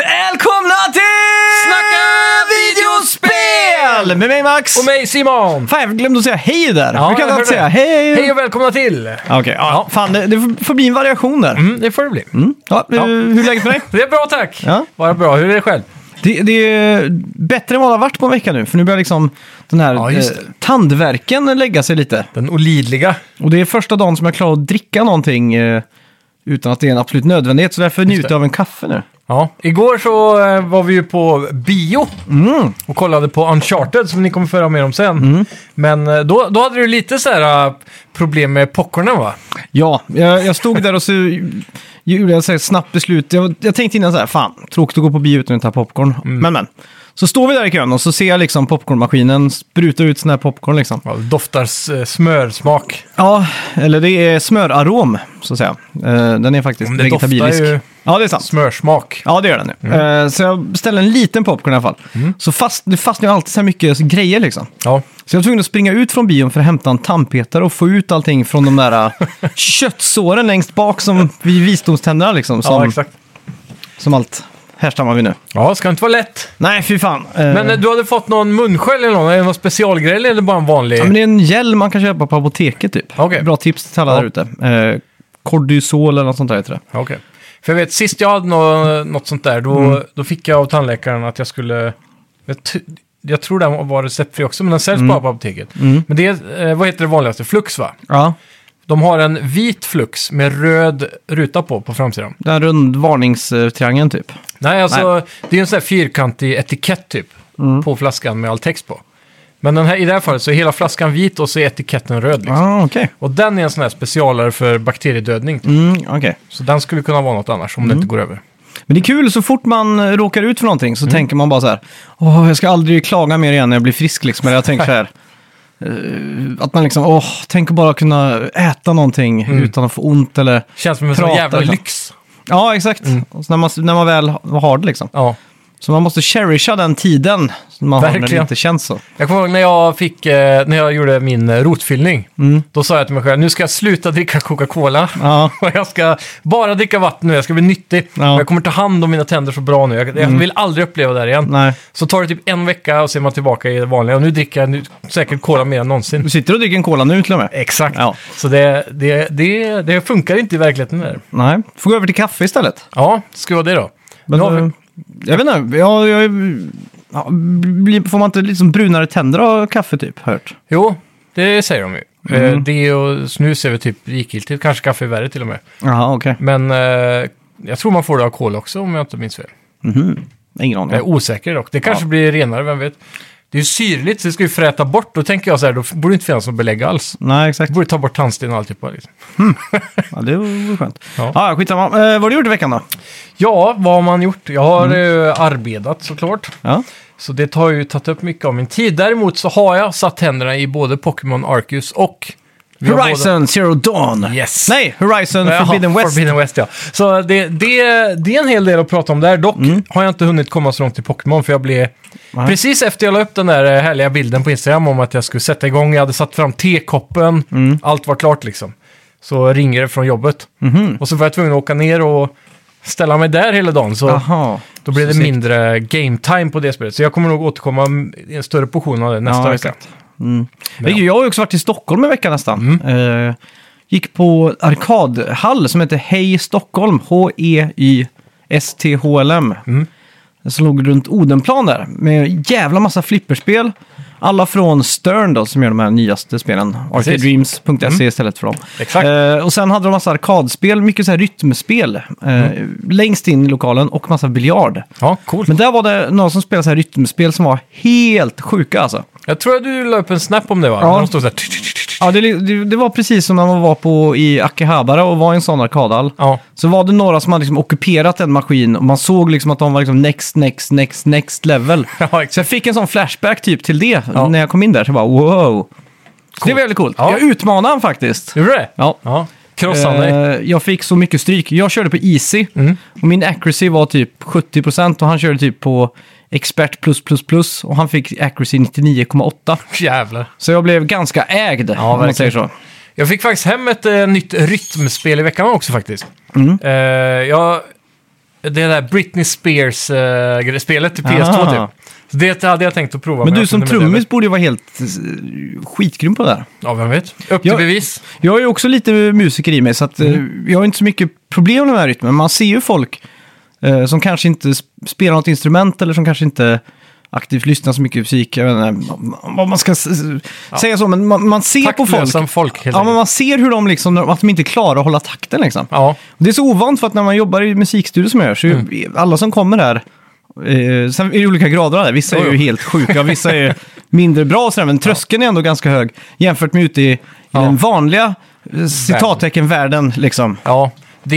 Välkomna till Snacka videospel! Med mig Max! Och mig Simon! Fan, jag glömde att säga hej där. Ja, du kan jag inte säga hörde. hej. Hej och välkomna till! Okej, ja. Fan, det får bli en variation där. Det får det bli. Ja, hur är läget med dig? Det är bra, tack. Ja. Bara bra. Hur är det själv? Det är bättre än vad det har varit på en vecka nu. För nu börjar liksom den här tandvärken lägga sig lite. Den olidliga. Och det är första dagen som jag klarar att dricka någonting utan att det är en absolut nödvändighet. Så därför njuter jag av en kaffe nu. Ja, igår så var vi ju på bio och kollade på Uncharted som ni kommer föra mer om sen. Men då hade du lite så här problem med popcornen, va? Ja, jag stod där och så gjorde jag ett snabbt beslut. Jag tänkte innan så här, fan, tråkigt att gå på bio utan att ta popcorn. Men. Så står vi där i kön och så ser jag liksom popcornmaskinen spruta ut sån här popcorn liksom. Ja, det doftar smörsmak. Ja, eller det är smörarom, så att säga. Den är faktiskt Men det vegetabilisk. doftar ju Ja, det är sant. smörsmak. Ja, det gör den ju. Så jag beställde en liten popcorn i alla fall. Så det fastnar ju alltid så här mycket grejer liksom. Ja. Så jag var tvungen att springa ut från bion för att hämta en tandpetare och få ut allting från de där köttsåren längst bak som vid visdomständerna liksom. Ja, exakt. Som allt härstammar vi nu. Ja, ska inte vara lätt. Nej, fy fan. Men du hade fått någon munskölj eller någon? Är det någon specialgrej eller är det bara en vanlig? Ja, men det är en gel man kan köpa på apoteket typ. Okej. Bra tips till alla där ute. Cortisol eller något sånt där heter det. Okej. För jag vet, sist jag hade något sånt där, då fick jag av tandläkaren att jag skulle... Jag tror det var receptfri också, men den säljs bara på apoteket. Men det är, vad heter det vanligaste? Flux, va? Ja, De har en vit flux med röd ruta på framsidan. den rund varningstriangeln typ. Nej, alltså det är en sån här fyrkantig etikett typ på flaskan med all text på. Men i det här fallet så är hela flaskan vit och så är etiketten röd. Liksom. Ja, okej. Och den är en sån här specialare för bakteriedödning. Okej. Så den skulle kunna vara något annars om det inte går över. Men det är kul, så fort man råkar ut för någonting så tänker man bara så här: jag ska aldrig klaga mer igen när jag blir frisk liksom. Eller jag tänker så här, att man liksom, tänk att bara kunna äta någonting utan att få ont eller Känns som en sån prata, jävla liksom. lyx. Ja, exakt. Och så när man väl har det liksom. Ja. Så man måste cherisha den tiden som man har när det Verkligen. inte känns så. Jag kommer ihåg när jag gjorde min rotfyllning. Då sa jag till mig själv, nu ska jag sluta dricka Coca-Cola. Ja. Och jag ska bara dricka vatten nu, jag ska bli nyttig. Ja. Och jag kommer ta hand om mina tänder så bra nu. Jag vill aldrig uppleva det här igen. Nej. Så tar det typ en vecka och så är man tillbaka i det vanliga. Och nu dricker jag säkert cola mer än någonsin. Du sitter och dricker en cola nu till och med. Exakt. Ja. Så det funkar inte i verkligheten där. Nej, får gå över till kaffe istället. Ja, ska vara det då. Men, Nu har vi- jag vet inte, får man inte liksom brunare tänder av kaffe typ, hört? Jo, det säger de ju. Det och snus är väl typ likgiltigt. Kanske kaffe är värre till och med. Jaha, okej. Men jag tror man får det av kol också om jag inte minns fel. Ingen aning. Jag är osäker dock. Det kanske blir renare, vem vet. Det är ju syrligt så det ska ju fräta bort. Då tänker jag så här, då borde det inte finnas något belägg alls. Nej, exakt. Det borde ta bort tandsten och alltihopa. Liksom. Ja, det var skönt. Ja. Ja, skitsamma. Vad har du gjort i veckan då? Ja, vad har man gjort? Jag har arbetat såklart. Ja. Så det har ju tagit upp mycket av min tid. Däremot så har jag satt händerna i både Pokémon Arceus och... Horizon Zero Dawn. Yes. Nej, Horizon Jaha, Forbidden West. Forbidden West, ja. Så det är en hel del att prata om där. Dock har jag inte hunnit komma så långt till Pokémon för jag blev... Precis efter jag la upp den där härliga bilden på Instagram om att jag skulle sätta igång. Jag hade satt fram tekoppen. Allt var klart liksom. Så ringer det från jobbet. Och så var jag tvungen att åka ner och ställa mig där hela dagen. Så Jaha. då blev det Så mindre game time på det spelet. Så jag kommer nog återkomma i en större portion av det nästa vecka. Jag har ju också varit i Stockholm en vecka nästan. Gick på arkadhall som heter Hej Stockholm. HEYSTHLM. Som låg runt Odenplan där. Med jävla massa flipperspel. Alla från Stern då, som gör de här nyaste spelen. Arcadedreams.se istället för dem. Exakt. Och sen hade de massa arkadspel, mycket så här rytmspel. Längst in i lokalen och massa biljard. Ja, coolt. Men där var det någon som spelade så här rytmspel som var helt sjuka alltså. Jag tror att du la upp en snap om det, va? Ja. När de stod så här... Ja, det var precis som när man var i Akihabara och var i en sån arkadhall. Ja. Så var det några som hade liksom ockuperat en maskin och man såg liksom att de var liksom next level. Ja, exakt. Så jag fick en sån flashback typ till det när jag kom in där. Så bara wow. Så det var väldigt coolt. Ja. Jag utmanade han faktiskt. Gjorde du det? Ja. Ja. Krossade dig. Jag fick så mycket stryk. Jag körde på easy och min accuracy var typ 70% och han körde typ på expert plus och han fick accuracy 99,8. Jävlar. Så jag blev ganska ägd, om man verkligen. säger så. Jag fick faktiskt hem ett nytt rytmspel i veckan också faktiskt. Jag det där Britney Spears-spelet till PS2 typ. Så det hade jag tänkt att prova. Men du som trummis borde ju vara helt skitgrym på det här. Ja, vem vet. Upp till bevis. Jag är ju också lite musiker i mig, så att jag har inte så mycket problem med den här rytmen. Man ser ju folk som kanske inte spelar något instrument eller som kanske inte aktivt lyssnar så mycket musik. Jag vet inte vad man ska säga så, men man ser på folk. Ja, men man ser hur de liksom, att de inte klarar att hålla takten liksom. Ja. Det är så ovant för att när man jobbar i musikstudio som jag gör, så alla som kommer där, sen är det olika grader där. Vissa är ju helt sjuka, vissa är mindre bra och sådär, men tröskeln är ändå ganska hög jämfört med ute i den vanliga citattecken-världen liksom. Ja,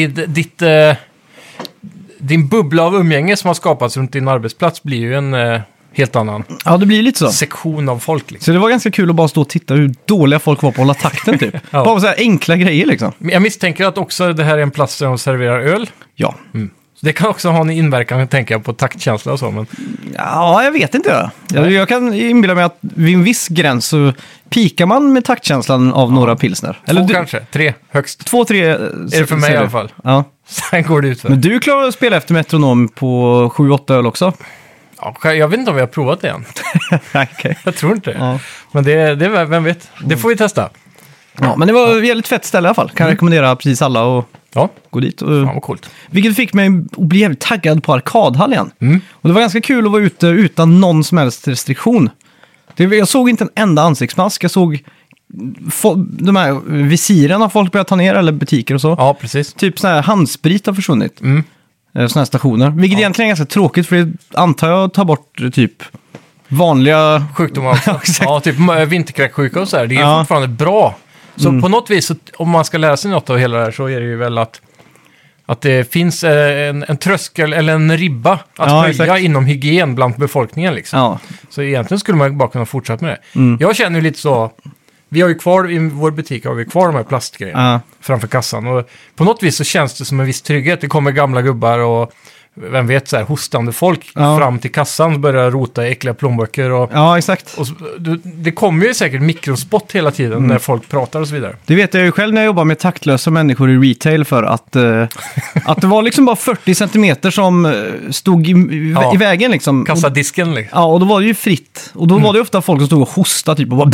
din bubbla av umgänge som har skapats runt din arbetsplats blir ju en helt annan det blir lite så. Sektion av folk. Liksom. Så det var ganska kul att bara stå och titta hur dåliga folk var på att hålla takten typ. Ja. Bara så här enkla grejer liksom. Jag misstänker att också det här är en plats där de serverar öl. Ja. Så det kan också ha en inverkan, tänker jag, på taktkänsla och så. Men... Ja, jag vet inte. Jag kan inbilla mig att vid en viss gräns så pikar man med taktkänslan av några pilsner. Eller kanske, 3 högst. 2-3 är det för mig i alla fall. Ja. Sen går det ut för. Men du klarar att spela efter metronom på 7-8 öl också? Ja, jag vet inte om vi har provat det än. Okay. Jag tror inte det. Ja. Men det vem vet. Det får vi testa. Ja, men det var ett väldigt fett ställe i alla fall. Kan rekommendera precis alla att gå dit. Fan vad coolt. Vilket fick mig att bli jävligt taggad på arkadhall igen. Och det var ganska kul att vara ute utan någon som helst restriktion. Jag såg inte en enda ansiktsmask. Jag såg de här visiren har folk börjat ta ner, eller butiker och så. Ja, precis. Typ sån här handsprit har försvunnit. Såna här stationer. Vilket egentligen är ganska tråkigt, för det antar jag tar bort typ vanliga sjukdomar också. Ja, typ vinterkräksjuka och så här. Det är fortfarande bra. Så på något vis, om man ska lära sig något av hela det här, så är det ju väl att det finns en tröskel eller en ribba att höja inom hygien bland befolkningen. Liksom. Ja. Så egentligen skulle man bara kunna fortsätta med det. Jag känner ju lite så, vi har ju kvar, i vår butik har vi kvar de här plastgrejerna framför kassan. Och på något vis så känns det som en viss trygghet. Det kommer gamla gubbar och vem vet, så här, hostande folk fram till kassan och börjar rota i äckliga plånböcker. Ja, exakt. Och det kommer ju säkert mikrospott hela tiden när folk pratar och så vidare. Det vet jag ju själv när jag jobbar med taktlösa människor i retail, för att det var liksom bara 40 centimeter som stod i vägen liksom. Kassadisken liksom. Ja, och då var det ju fritt. Och då var det ofta folk som stod och hostade typ och bara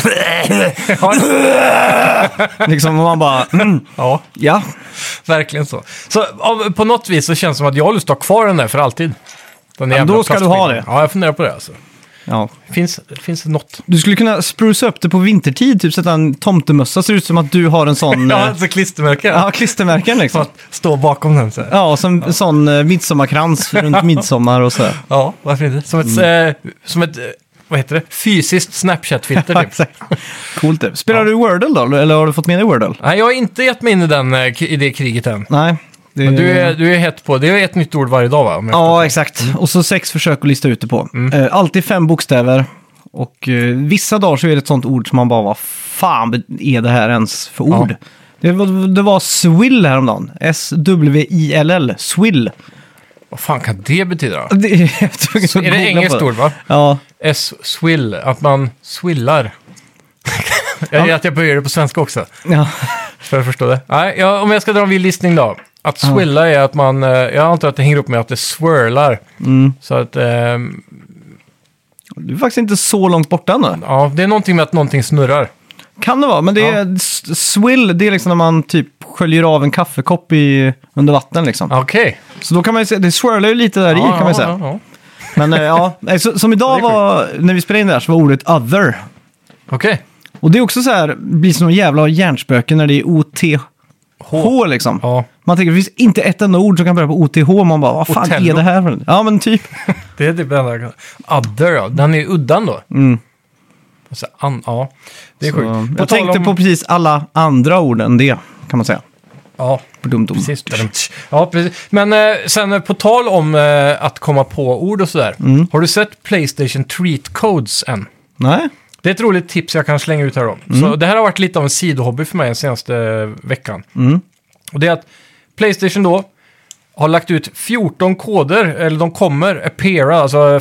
liksom, och man bara ja. Verkligen så. Så på något vis så känns det som att jag har lust att ha kvar den där för alltid. Då ska du ha det. Ja, jag funderar på det alltså. Ja. Finns det något? Du skulle kunna spruce upp det på vintertid, typ sätta en tomtemössa, ser ut som att du har en sån... ja, alltså klistermärken. Ja, klistermärken liksom. Stå bakom den så här. Ja, och som en sån midsommarkrans runt midsommar och så här. Ja, varför inte? Som ett vad heter det? Fysiskt Snapchat-filter typ. Coolt det. Spelar du Wordle då? Eller har du fått med dig Wordle? Nej, jag har inte gett mig in i det kriget än. Nej. Men du är het på, det är ett nytt ord varje dag va? Ja, exakt. Och så 6 försök att lista ut det på. Alltid 5 bokstäver. Och vissa dagar så är det ett sånt ord som man bara, vad fan är det här ens för ord? Det var swill häromdagen. S-W-I-L-L. Swill. Vad fan kan det betyda? Det är det engelskt ord va? Ja. S-swill, att man swillar. Att jag böjer det på svenska också. Ja. För att förstå det. Nej, om jag ska dra en vild listning då. Att swilla är att man, jag antar att det hänger upp med att det swirlar. Så att... Du är faktiskt inte så långt borta nu. Ja, det är någonting med att någonting snurrar. Kan det vara, men det är swill, det är liksom när man typ sköljer av en kaffekopp under vatten liksom. Okej. Så då kan man ju säga, det swirlar ju lite där i kan man säga. Ja. Men som idag var, när vi spelade in där, så var ordet other. Okej. Och det är också så här, blir som någon jävla hjärnspöken när det är O-T-H liksom. Ja. Man tänker, det finns inte ett enda ord som kan börja på O-T-H. Man bara, vad fan Otello. Är det här? Ja, men typ. Det är typ det enda. Other, ja. Den är uddan då. Alltså, det är sjukt. Jag tänkte på precis alla andra ord än det, kan man säga. Ja, precis. Ja, precis. Men sen på tal om att komma på ord och sådär. Har du sett PlayStation Treat Codes än? Nej. Det är ett roligt tips jag kan slänga ut här då. Så det här har varit lite av en sidohobby för mig den senaste veckan. Och det är att PlayStation då har lagt ut 14 koder, eller de kommer appeara, alltså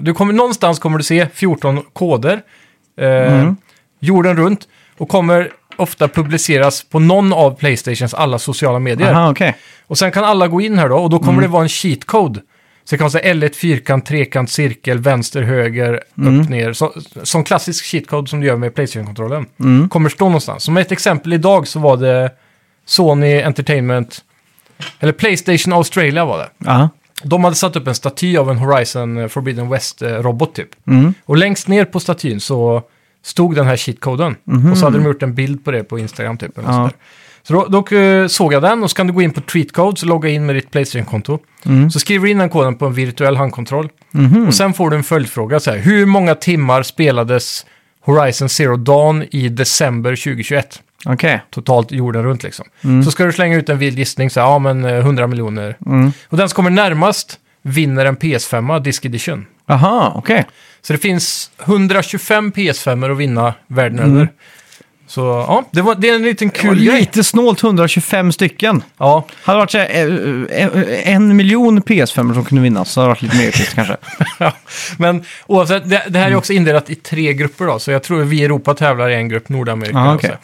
någonstans kommer du se 14 koder jorden runt och kommer ofta publiceras på någon av PlayStations alla sociala medier. Aha, okej. Och sen kan alla gå in här då, och då kommer det vara en cheat code. Så det kan vara L1, fyrkant, trekant, cirkel, vänster, höger, upp, ner. Som klassisk cheat code som du gör med PlayStation-kontrollen. Kommer stå någonstans. Som ett exempel idag så var det Sony Entertainment, eller PlayStation Australia var det. Aha. De hade satt upp en staty av en Horizon Forbidden West-robot typ. Och längst ner på statyn så stod den här cheat-koden. Och så hade de gjort en bild på det på Instagram typ. Eller sådär. Så då såg jag den, och så kan du gå in på Treat Codes och logga in med ditt PlayStation-konto. Så skriver du in den koden på en virtuell handkontroll. Och sen får du en följdfråga så här: hur många timmar spelades Horizon Zero Dawn i december 2021? Okej. Totalt jorden runt liksom. Så ska du slänga ut en vild gissning, så här, ja men 100 miljoner. Och den som kommer närmast vinner en PS5 Disc Edition. Aha, okej. Så det finns 125 PS5 att vinna världen över. Så ja, det är en liten kul grej. Lite snålt 125 stycken. Ja. Hade varit så här, 1 miljon PS5 som kunde vinnas, så hade det varit lite mer pris kanske. Ja, men oavsett, det här är också indelat i 3 grupper då. Så jag tror vi i Europa tävlar i en grupp, Nordamerika. Ah, okay.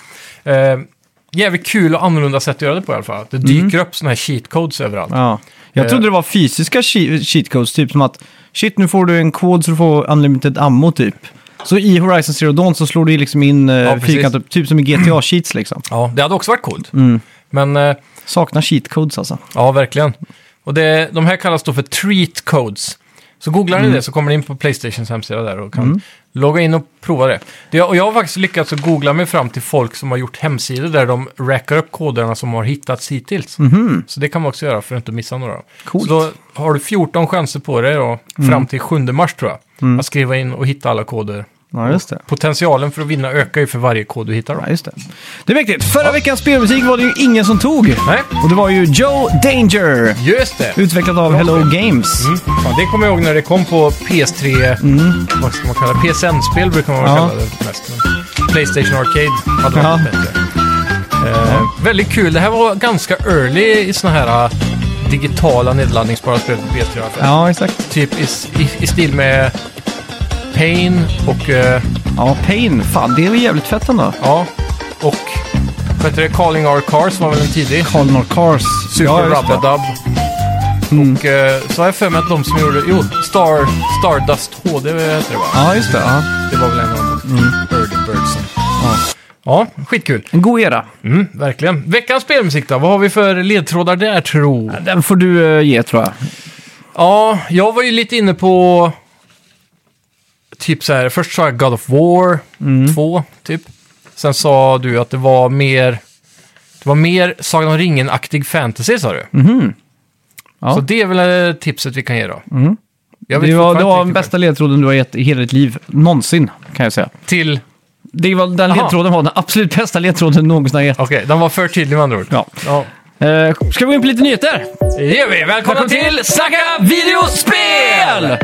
Jävligt kul och annorlunda sätt att göra det på i alla fall. Det dyker upp såna här cheat codes överallt. Ja. Jag trodde det var fysiska cheat codes, typ som att shit, nu får du en kod så du får unlimited ammo typ. Så i Horizon Zero Dawn så slår du liksom in fyrkant upp, typ som i GTA-cheats liksom. Ja, det hade också varit coolt. Men, saknar cheat codes alltså. Ja, verkligen. Och de här kallas då för treat codes. Så googlar ni det så kommer ni in på PlayStations hemsida där och kan logga in och prova det. Och jag har faktiskt lyckats att googla mig fram till folk som har gjort hemsidor där de rackar upp koderna som har hittats hittills. Så det kan man också göra för att inte missa några. Coolt. Så då har du 14 chanser på dig då, fram till 7 mars tror jag. Att skriva in och hitta alla koder. Ja, just det. Potentialen för att vinna ökar ju för varje kod du hittar då. Ja, just det. Det är viktigt. Förra veckans spelmusik var det ju ingen som tog. Nej. Och det var ju Joe Danger. Just det. Utvecklat av Hello Games. Ja, det kommer jag ihåg när det kom på PS3. Vad ska man kalla det? PSN-spel brukar man kalla det mest. Men PlayStation Arcade hade varit bättre. Väldigt kul. Det här var ganska early i såna här digitala nedladdningsbara spel på PS3. Ja, exakt. Typ i stil med Pain och... Ja, Pain. Fan, det är ju jävligt fett ändå. Ja, och... Vad heter det? Calling Our Cars var väl en tidig. Calling Our Cars. Super Rub-a-Dub. Och så har jag för mig att de som gjorde... Jo, Stardust HD heter det va? Ja, just det. Ja. Det var väl en av dem. Early Birds. Ja, skitkul. En god era. Verkligen. Veckans spelmusik då? Vad har vi för ledtrådar där, tro? Den får du ge, tror jag. Ja, jag var ju lite inne på... Typ så här, först sa jag God of War 2, typ. Sen sa du att det var mer Sagan om ringen-aktig fantasy, sa du. Ja. Så det är väl tipset vi kan ge då. Det var den bästa ledtråden du har gett i hela ditt liv. Någonsin, kan jag säga. Till? Den ledtråden var den absolut bästa ledtråden någonsin har gett. Okej, den var för tydlig med andra ord. Ja. Ska vi gå in på lite nyheter? Det gör vi. Välkomna till Snacka videospel!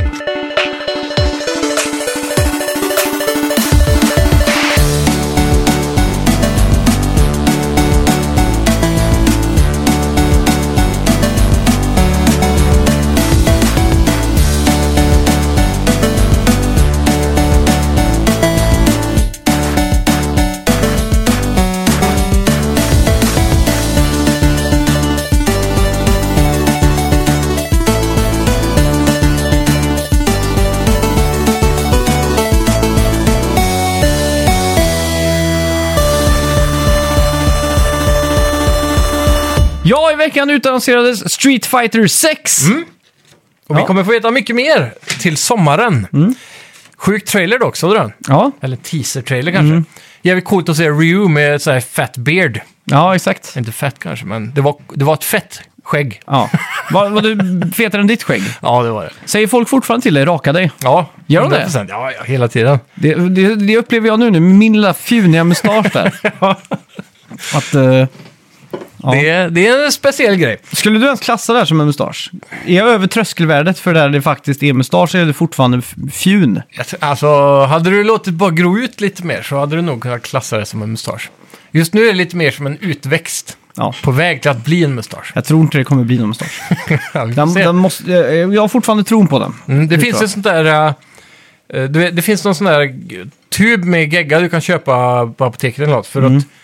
Ja, i veckan utannonserades Street Fighter 6. Och vi kommer få veta mycket mer till sommaren. Sjuk trailer dock, såg du den? Ja. Eller teaser-trailer kanske. Jävligt coolt att se Ryu med så här fat beard. Ja, exakt. Inte fett kanske, men det var ett fett skägg. Ja. Var du fetare än ditt skägg? Ja, det var det. Säger folk fortfarande till dig, raka dig? Ja. Gör de det? 100%. Ja, hela tiden. Det upplever jag nu med min lilla fjuniga mustasch där. Att... Ja. Det är en speciell grej. Skulle du ens klassa det här som en mustasch? Är jag över tröskelvärdet för där det faktiskt är mustasch, eller är det fortfarande fjun? Alltså, hade du låtit bara gro ut lite mer så hade du nog kunnat klassa det som en mustasch. Just nu är det lite mer som en utväxt. Ja. På väg till att bli en mustasch. Jag tror inte det kommer bli någon mustasch. Jag har fortfarande tron på den. Det finns ett sånt där... det finns någon sån där tub med gegga du kan köpa på apoteket eller något för att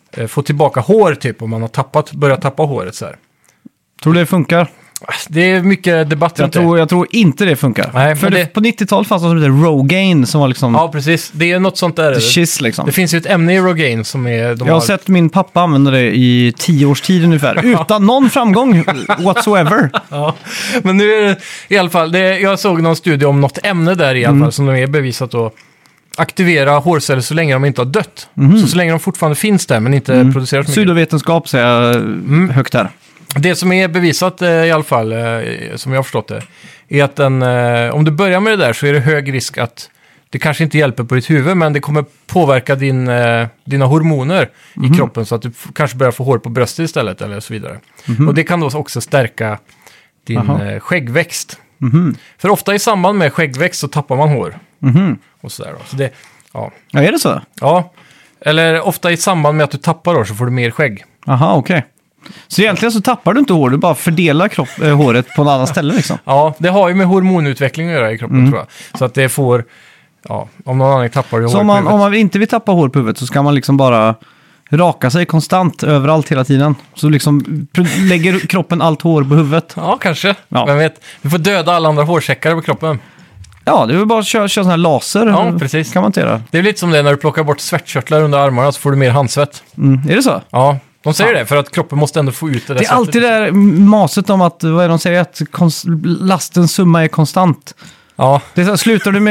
få tillbaka hår typ om man har börjat tappa håret så här. Tror du det funkar? Det är mycket debatt runt det. Jag tror inte det funkar. Nej, för på 90-talet fanns det som heter Rogaine som var liksom... Ja, precis. Det är något sånt där. Shiz, liksom. Det finns ju ett ämne i Rogaine som är... Jag har sett min pappa använda det i 10 års tid ungefär. Utan någon framgång whatsoever. Ja, men nu är det i alla fall... jag såg någon studie om något ämne där i alla fall som de är bevisat att aktivera hårceller så länge de inte har dött. Så länge de fortfarande finns där men inte producerar så mycket. Pseudovetenskap säger jag högt här. Det som är bevisat i alla fall, som jag har förstått det, är att om du börjar med det där så är det hög risk att det kanske inte hjälper på ditt huvud, men det kommer påverka dina hormoner i kroppen så att du kanske börjar få hår på bröstet istället eller så vidare. Och det kan då också stärka din skäggväxt. För ofta i samband med skäggväxt så tappar man hår. Och sådär då. Så det, ja, är det så? Ja, eller ofta i samband med att du tappar hår så får du mer skägg. Aha, okej. Så egentligen så tappar du inte hår, du bara fördelar håret på en annan ställe liksom? Ja, det har ju med hormonutveckling att göra i kroppen tror jag. Så att det får, om någon annan tappar du hår på huvudet. Så om man inte vill tappa hår på huvudet så ska man liksom bara raka sig konstant överallt hela tiden. Så liksom lägger kroppen allt hår på huvudet. Ja, kanske. Ja. Vem vet, du får döda alla andra hårsäckar på kroppen. Ja, det är väl bara att köra sån här laser. Ja, precis. Kan man inte göra. Det är lite som det när du plockar bort svettkörtlar under armarna så får du mer handsvett. Är det så? Ja, de säger det för att kroppen måste ändå få ut det där. Det är alltid det där maset om att, vad är de säger, att lastens summa är konstant. Ja. Det är så här,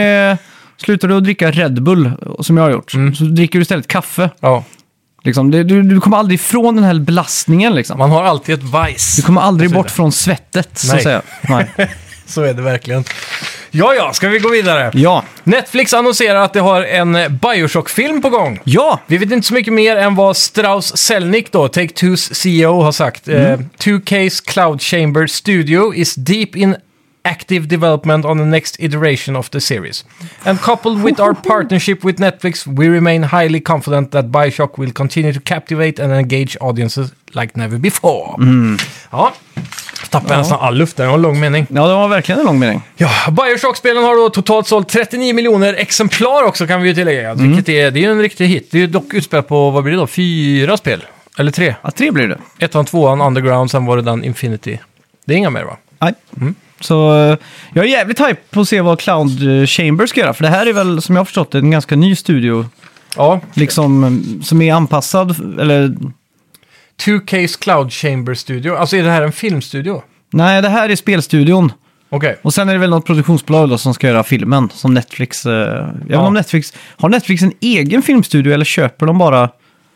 slutar du att dricka Red Bull, som jag har gjort, så dricker du istället kaffe. Ja. Liksom, du kommer aldrig ifrån den här belastningen. Liksom. Man har alltid ett vice. Du kommer aldrig bort från svettet, så att säga. Nej. Så är det verkligen. Ja, ska vi gå vidare? Ja. Netflix annonserar att det har en Bioshock-film på gång. Ja! Vi vet inte så mycket mer än vad Strauss Zelnick, då, Take-Two's CEO, har sagt. 2K's Cloud Chamber Studio is deep in active development on the next iteration of the series. And coupled with our partnership with Netflix, we remain highly confident that Bioshock will continue to captivate and engage audiences like never before. Ja, tappade jag nästan all luft där. Det var en lång mening. Ja, det var verkligen en lång mening. Ja, Bioshock-spelen har då totalt sålt 39 miljoner exemplar också, kan vi ju tillägga. Vilket det är ju en riktig hit. Det är ju dock utspelat på, vad blir det då? 4 spel? Eller 3? Ja, 3 blir det. 1, 2, Underground, sen var det den Infinity. Det är inga mer, va? Nej. Så jag är jävligt hype på att se vad Cloud Chamber ska göra. För det här är väl, som jag har förstått, en ganska ny studio. Ja. Liksom, som är anpassad, eller... 2K's Cloud Chamber Studio. Alltså är det här en filmstudio? Nej, det här är spelstudion. Okej. Och sen är det väl något produktionsbolag då som ska göra filmen, som Netflix. Jag vet inte om Netflix... Har Netflix en egen filmstudio eller köper de bara...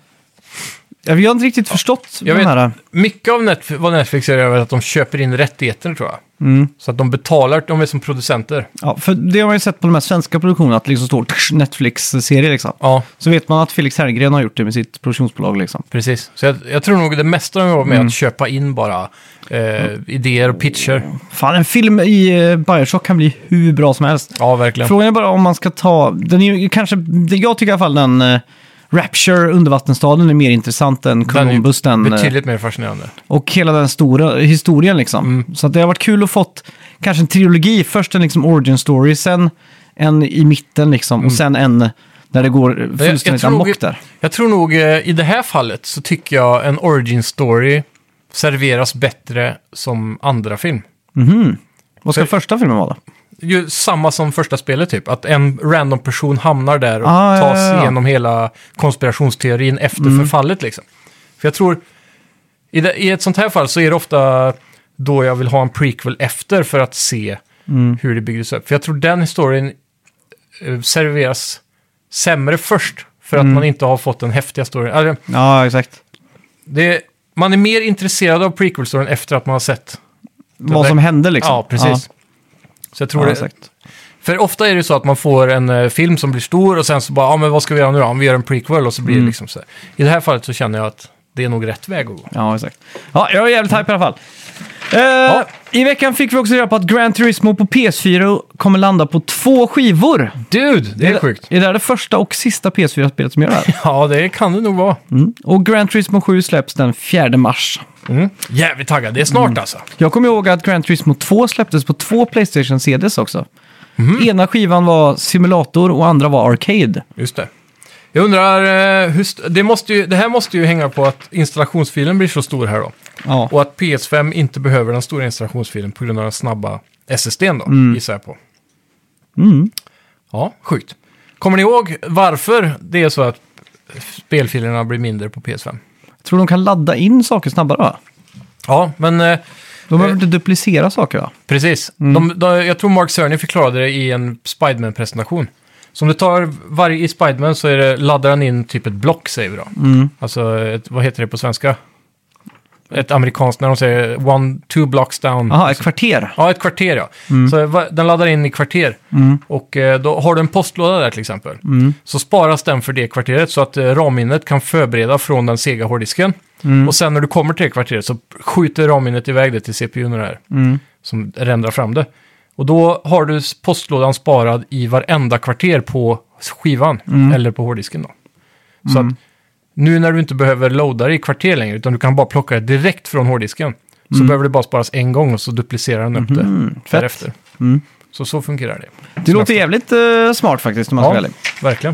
Jag har inte riktigt förstått jag vet, här. Mycket av vad Netflix gör är att de köper in rättigheter, tror jag. Så att de betalar, de är som producenter. Ja, för det har man ju sett på de här svenska produktionerna, att det liksom står Netflix-serie liksom. Ja. Så vet man att Felix Herngren har gjort det med sitt produktionsbolag liksom. Precis. Så jag tror nog det mesta de gör med att köpa in bara idéer och pitcher. Fan, en film i Bioshock kan bli hur bra som helst. Ja, verkligen. Frågan är bara om man ska ta... Den är ju kanske... Jag tycker i alla fall den... Rapture, undervattenstaden, är mer intressant än Columbus. Den är betydligt mer fascinerande. Och hela den stora historien liksom. Så att det har varit kul att fått kanske en trilogi. Först en liksom origin story, sen en i mitten liksom. Och sen en där det går fullständigt amok där. Jag tror nog i det här fallet så tycker jag en origin story serveras bättre som andra film. Vad ska första filmen vara då? Ju samma som första spelet typ. Att en random person hamnar där och tas igenom hela konspirationsteorin efter förfallet liksom. För jag tror, i ett sånt här fall så är det ofta då jag vill ha en prequel efter för att se hur det byggdes upp. För jag tror den historien serveras sämre först för att man inte har fått den häftiga storyn. Alltså, ja, exakt. Man är mer intresserad av prequel-storyn efter att man har sett vad som hände liksom. Ja, precis. Ja. Så jag tror det. För ofta är det så att man får en film som blir stor och sen så bara, men vad ska vi göra nu då? Om vi gör en prequel och så blir det liksom så här. I det här fallet så känner jag att det är nog rätt väg att gå. Ja, exakt. Ja, jag är jävligt hype i alla fall. I veckan fick vi också reda på att Gran Turismo på PS4 kommer landa på 2 skivor. Dude, det är sjukt. Är det här det första och sista PS4-spelet som gör det här? Ja, det kan det nog vara. Och Gran Turismo 7 släpps den 4 mars. Jävligt taggad, det är snart alltså. Jag kommer ihåg att Gran Turismo 2 släpptes på 2 PlayStation CDs också. Ena skivan var simulator och andra var arcade. Just det. Jag undrar, det här måste ju hänga på att installationsfilen blir så stor här då. Ja. Och att PS5 inte behöver den stora installationsfilen på grund av den snabba SSD:n då, gissar jag på. Ja, sjukt. Kommer ni ihåg varför det är så att spelfilerna blir mindre på PS5? Jag tror de kan ladda in saker snabbare, va? Ja, men... De behöver inte duplicera saker, va? Precis. Jag tror Mark Cerny förklarade det i en Spiderman-presentation. Så om du tar i Spiderman så laddar han in typ ett block, säger vi då. Alltså, vad heter det på svenska? Ett amerikanskt, när de säger 1-2 blocks down. Jaha, ett kvarter. Ja, ett kvarter, ja. Så den laddar in i kvarter. Och då har du en postlåda där till exempel. Så sparas den för det kvarteret så att RAM-minnet kan förbereda från den sega hårddisken. Och sen när du kommer till det kvarteret så skjuter RAM-minnet iväg det till CPUn och det här. Som rendrar fram det. Och då har du postlådan sparad i varenda kvarter på skivan. Eller på hårddisken då. Så att nu när du inte behöver loada det i kvarter längre, utan du kan bara plocka det direkt från hårddisken, så behöver det bara sparas en gång och så duplicerar den upp det därefter. Så fungerar det. Det låter jävligt smart faktiskt, om man ska välja. Verkligen.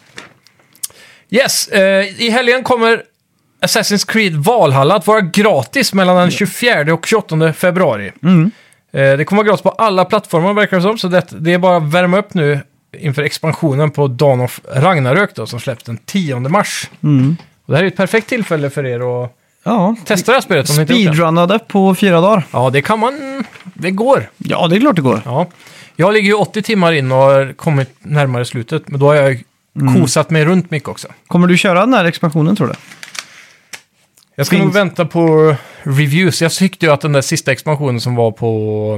Yes, i helgen kommer Assassin's Creed Valhalla att vara gratis mellan den 24 och 28 februari. Det kommer vara gratis på alla plattformar, verkar det som, så det är bara att värma upp nu inför expansionen på Dawn of Ragnarök då, som släpps den 10 mars. Och det här är ett perfekt tillfälle för er att testa det här spelet. Speedrunnade på 4 dagar. Ja, det går. Ja, det är klart det går. Ja. Jag ligger ju 80 timmar in och har kommit närmare slutet, men då har jag kosat mig runt mycket också. Kommer du köra den här expansionen, tror du? Jag ska nog vänta på reviews. Jag tyckte ju att den där sista expansionen som var på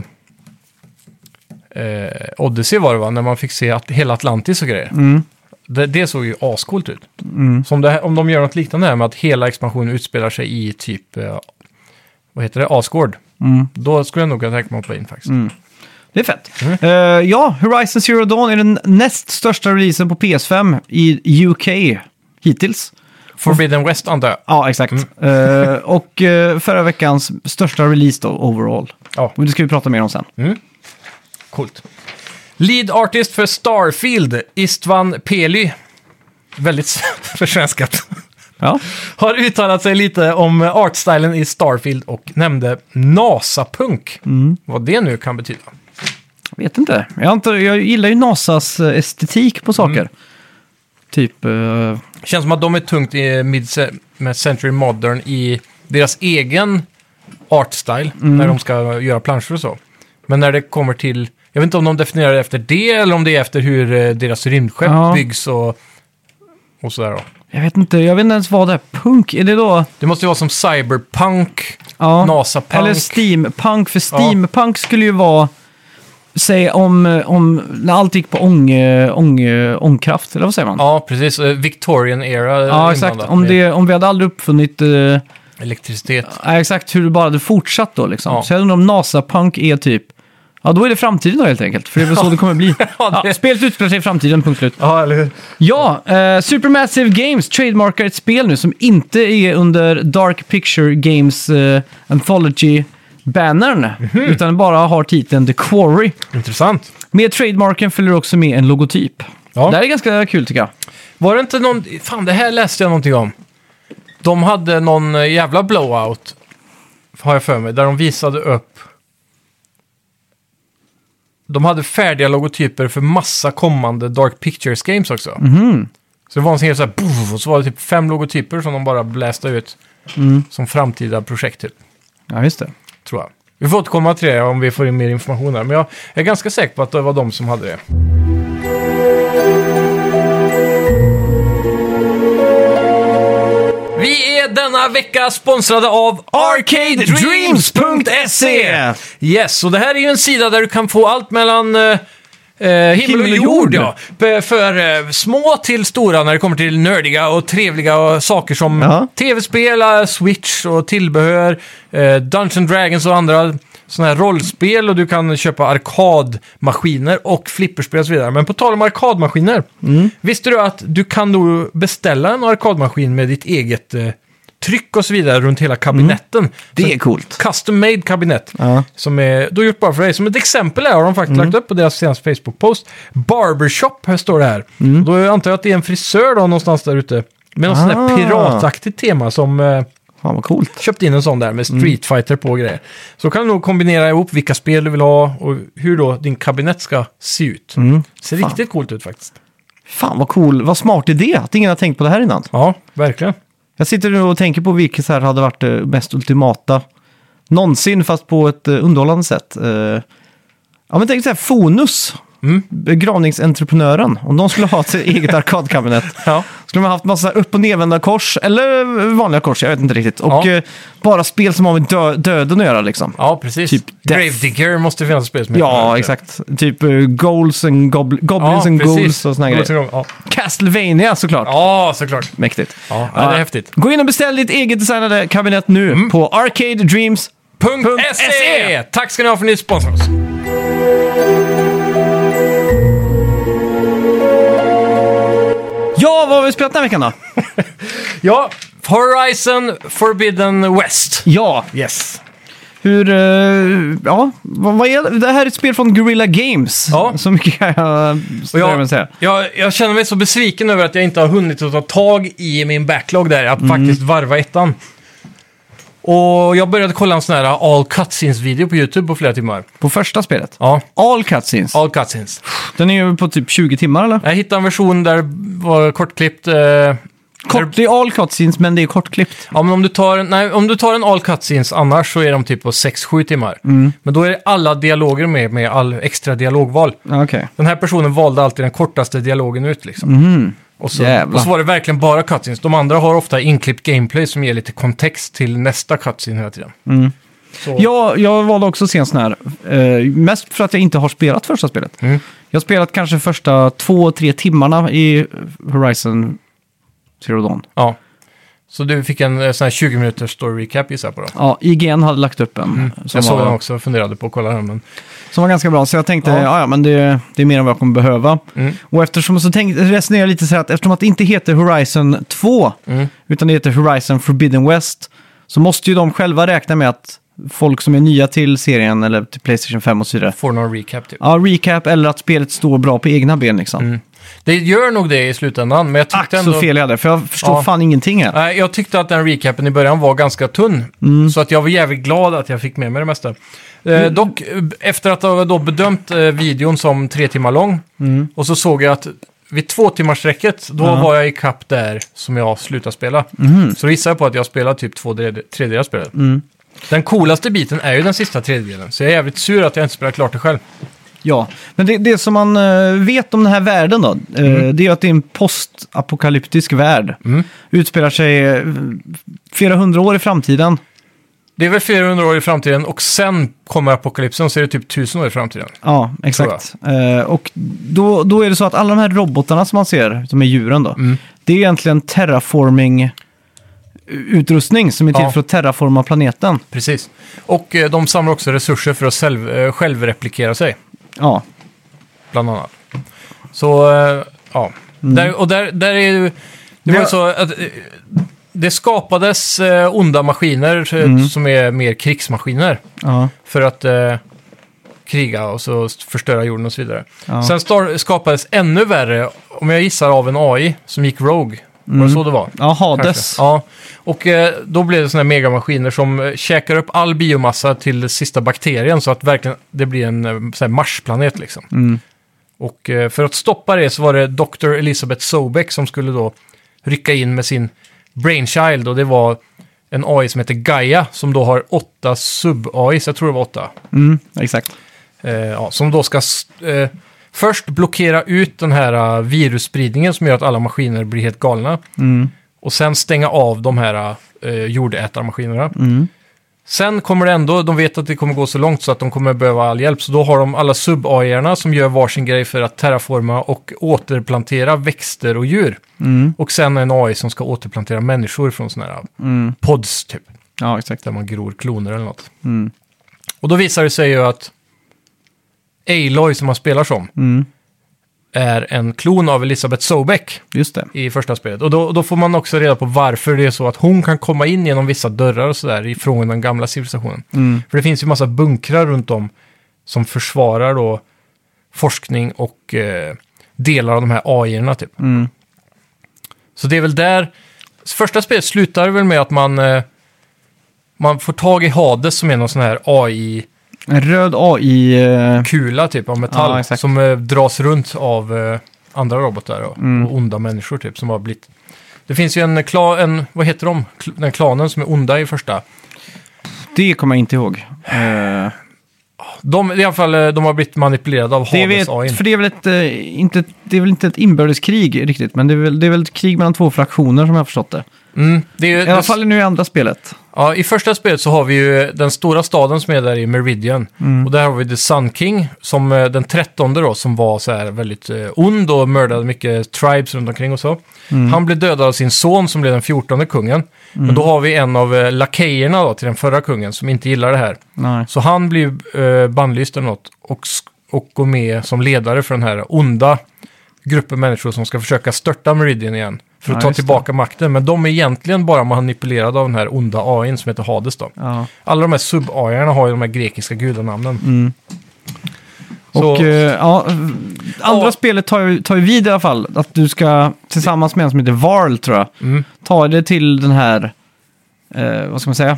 Odyssey var det, va? När man fick se hela Atlantis och grejer. Det såg ju ascoolt ut. Så om de gör något liknande här med att hela expansionen utspelar sig i typ vad heter det? Asgård. Då skulle jag nog kunna tänka mig att hoppa in faktiskt. Det är fett. Horizon Zero Dawn är den näst största releasen på PS5 i UK hittills. Forbidden West, antar jag. Ja, exakt. Och förra veckans största release då, overall. Ja. Och det ska vi prata mer om sen. Coolt. Lead artist för Starfield, Istvan Peli, väldigt försvenskat, har uttalat sig lite om artstylen i Starfield och nämnde NASA-punk. Vad det nu kan betyda. Jag vet inte. Jag gillar ju NASAs estetik på saker. Typ... Känns som att de är tungt i mid-century modern i deras egen artstyle när de ska göra planscher och så. Men när det kommer till... Jag vet inte om de definierar det efter det eller om det är efter hur deras rymdskepp byggs och sådär då. Jag vet inte ens vad det är. Punk, är det då? Det måste ju vara som cyberpunk, NASA-punk. Eller steampunk, för steampunk skulle ju vara... Säg om när allt gick på ångkraft, eller vad säger man? Ja, precis. Victorian era. Ja, exakt. Om vi hade aldrig uppfunnit... elektricitet. Ja, exakt. Hur det bara hade fortsatt då liksom. Ja. Så jag undrar om NASA-punk är typ... Ja, då är det framtiden då helt enkelt. För det är väl så det kommer bli. Spelet utspelar sig i framtiden, punkt slut. Ja, eller hur? Ja, Supermassive Games trademarkar ett spel nu som inte är under Dark Picture Games Anthology-bannern. Utan bara har titeln The Quarry. Intressant. Med trademarken följer också med en logotyp. Ja. Det här är ganska kul tycker jag. Var det inte någon... Fan, det här läste jag någonting om. De hade någon jävla blowout, har jag för mig, där de visade upp... De hade färdiga logotyper för massa kommande Dark Pictures Games också. Så det var en sån här så här, och så var det typ 5 logotyper som de bara bläste ut som framtida projekt typ. Ja, just det. Tror jag. Vi får återkomma till det om vi får in mer information där. Men jag är ganska säker på att det var de som hade det. Vi är denna vecka sponsrade av ArcadeDreams.se. Yes, och det här är ju en sida där du kan få allt mellan himmel och jord. Ja. För små till stora när det kommer till nördiga och trevliga saker som tv-spel, Switch och tillbehör, Dungeons & Dragons och andra sådana här rollspel, och du kan köpa arkadmaskiner och flipperspel och så vidare. Men på tal om arkadmaskiner, visste du att du kan nog beställa en arkadmaskin med ditt eget tryck och så vidare runt hela kabinetten. Det är coolt. Custom made kabinett. Ja. Som är då gjort bara för dig. Som ett exempel har de faktiskt lagt upp på deras senaste Facebook-post. Barbershop, här står det här. Och då antar jag att det är en frisör då någonstans där ute. Med någon sån här pirataktigt tema som... Fan vad coolt. Köpt in en sån där med Street Fighter på och grejer. Så kan du nog kombinera ihop vilka spel du vill ha och hur då din kabinett ska se ut. Ser riktigt coolt ut faktiskt. Fan vad cool. Vad smart idé att ingen har tänkt på det här innan. Ja, verkligen. Jag sitter nu och tänker på vilket så här hade varit det mest ultimata någonsin, fast på ett underhållande sätt. Ja, men tänk så här, Fonus, begravningsentreprenören, om de skulle ha ett eget arkadkabinett. Ja. Skulle man haft massa upp- och nedvända kors, eller vanliga kors, jag vet inte riktigt. Och bara spel som har med döden att göra liksom. Ja, precis. Typ Gravedigger måste finnas spel som Ja, exakt. Typ Goals and Goblins and Ghouls och såna grejer. Ja. Castlevania såklart. Ja, såklart. Mäktigt. Ja, det är häftigt. Gå in och beställ ditt eget designade kabinett nu på arcadedreams.se. Tack ska ni ha för att ni sponsrar oss. Ja, vad har vi spelat den här veckan då? Ja, Horizon Forbidden West. Ja, Yes. hur... vad är det? Det här är ett spel från Guerrilla Games. Ja. Så mycket kan jag säga. Jag känner mig så besviken över att jag inte har hunnit att ta tag i min backlog där. Att faktiskt varva ettan. Och jag började kolla en sån här All Cutscenes-video på YouTube på flera timmar. På första spelet? Ja. All Cutscenes? All Cutscenes. Den är ju på typ 20 timmar, eller? Jag hittade en version där det var kortklippt. Det är All Cutscenes, men det är kortklippt. Ja, men om du tar en All Cutscenes annars så är de typ på 6-7 timmar. Men då är det alla dialoger med all extra dialogval. Okej. Den här personen valde alltid den kortaste dialogen ut liksom. Och så var det verkligen bara cutscenes. De andra har ofta inklippt gameplay som ger lite kontext till nästa cutscene hela tiden. Så. Ja, jag valde också att se en sån här. Mest för att jag inte har spelat första spelet. Jag har spelat kanske första 2-3 timmarna i Horizon Zero Dawn. Ja. Så du fick en sån här 20 minuters story recap gissar jag på då? Ja, IGN hade lagt upp en. Jag såg den också och funderade på att kolla den. Men... Som var ganska bra, så jag tänkte, men det är mer än vad jag kommer behöva. Och eftersom så resonerar jag lite så här att eftersom att det inte heter Horizon 2, utan det heter Horizon Forbidden West, så måste ju de själva räkna med att folk som är nya till serien eller till PlayStation 5 och så vidare. Får någon recap typ. Ja, recap eller att spelet står bra på egna ben liksom. Det gör nog det i slutändan, men jag tyckte ändå... så fel jag hade, för jag förstår fan ingenting här. Nej, jag tyckte att den recapen i början var ganska tunn. Så att jag var jävligt glad att jag fick med mig det mesta. Dock, efter att ha då bedömt videon som 3 timmar lång, och så såg jag att vid 2 timmars sträcket, då var jag i kapp där som jag slutade spela. Så gissar jag på att jag spelade typ 2/3 av spelet. Den coolaste biten är ju den sista tredjedelen, så jag är jävligt sur att jag inte spelar klart det själv. Ja, men det som man vet om den här världen då, det är att det är en postapokalyptisk värld. Utspelar sig flera hundra år i framtiden. Det är väl 400 år i framtiden och sen kommer apokalypsen, så är det typ 1000 år i framtiden. Ja, exakt. Och då är det så att alla de här robotarna som man ser, som är djuren då, det är egentligen terraforming-utrustning som är till för att terraforma planeten. Precis. Och de samlar också resurser för att självreplikera sig. Ja. Bland annat. Så, ja. Där är ju... Det var så att... Det skapades onda maskiner som är mer krigsmaskiner för att kriga och så förstöra jorden och så vidare. Sen skapades ännu värre, om jag gissar, av en AI som gick rogue. Var det så det var? Ja, Hades. Ja, och då blev det såna här megamaskiner som käkar upp all biomassa till sista bakterien så att verkligen det blir en sån här Marsplanet liksom. Och för att stoppa det så var det Dr. Elizabeth Sobeck som skulle då rycka in med sin Brainchild, och det var en AI som heter Gaia som då har 8 sub-AIs, jag tror det var 8. Exakt. Som då ska först blockera ut den här virusspridningen som gör att alla maskiner blir helt galna. Och sen stänga av de här jordätarmaskinerna. Sen kommer det ändå, de vet att det kommer gå så långt så att de kommer behöva all hjälp. Så då har de alla sub-AI-erna som gör varsin grej för att terraforma och återplantera växter och djur. Och sen en AI som ska återplantera människor från sådana här pods typ. Ja, exakt. Där man gror kloner eller något. Och då visar det sig ju att Aloy som man spelar som, är en klon av Elisabeth Sobeck Just det. i första spelet. Och då får man också reda på varför det är så att hon kan komma in genom vissa dörrar och sådär ifrån den gamla civilisationen. För det finns ju massa bunkrar runt om som försvarar då forskning och delar av de här AI-erna typ. Så det är väl där... Första spelet slutar väl med att man får tag i Hades som är någon sån här AI... En röd AI... kula typ av metall Ja, som dras runt av andra robotar och onda människor typ som har blivit... Det finns ju en vad heter de? Den klanen som är onda i första. Det kommer jag inte ihåg. I alla fall, de har blivit manipulerade av Hades AI. För det är väl inte ett inbördeskrig riktigt, men det är väl ett krig mellan två fraktioner som jag har förstått det. Det är, I alla fall nu i andra spelet. Ja, i första spelet så har vi ju den stora staden som är där i Meridian. Och där har vi The Sun King som den 13:e då, som var så här väldigt ond och mördade mycket tribes runt omkring och så. Han blev dödad av sin son som blev den 14:e kungen. Men då har vi en av lakejerna då till den förra kungen som inte gillar det här. Nej. Så han blir bannlyst eller något och går med som ledare för den här onda gruppen människor som ska försöka störta Meridian igen. För att ta tillbaka makten. Men de är egentligen bara manipulerade av den här onda AI:n som heter Hades då. Ja. Alla de här sub-AI:arna har ju de här grekiska gudanamnen. Och andra spelet tar ju vid i alla fall. Att du ska tillsammans med en som heter Varl tror jag. Ta det till den här, vad ska man säga?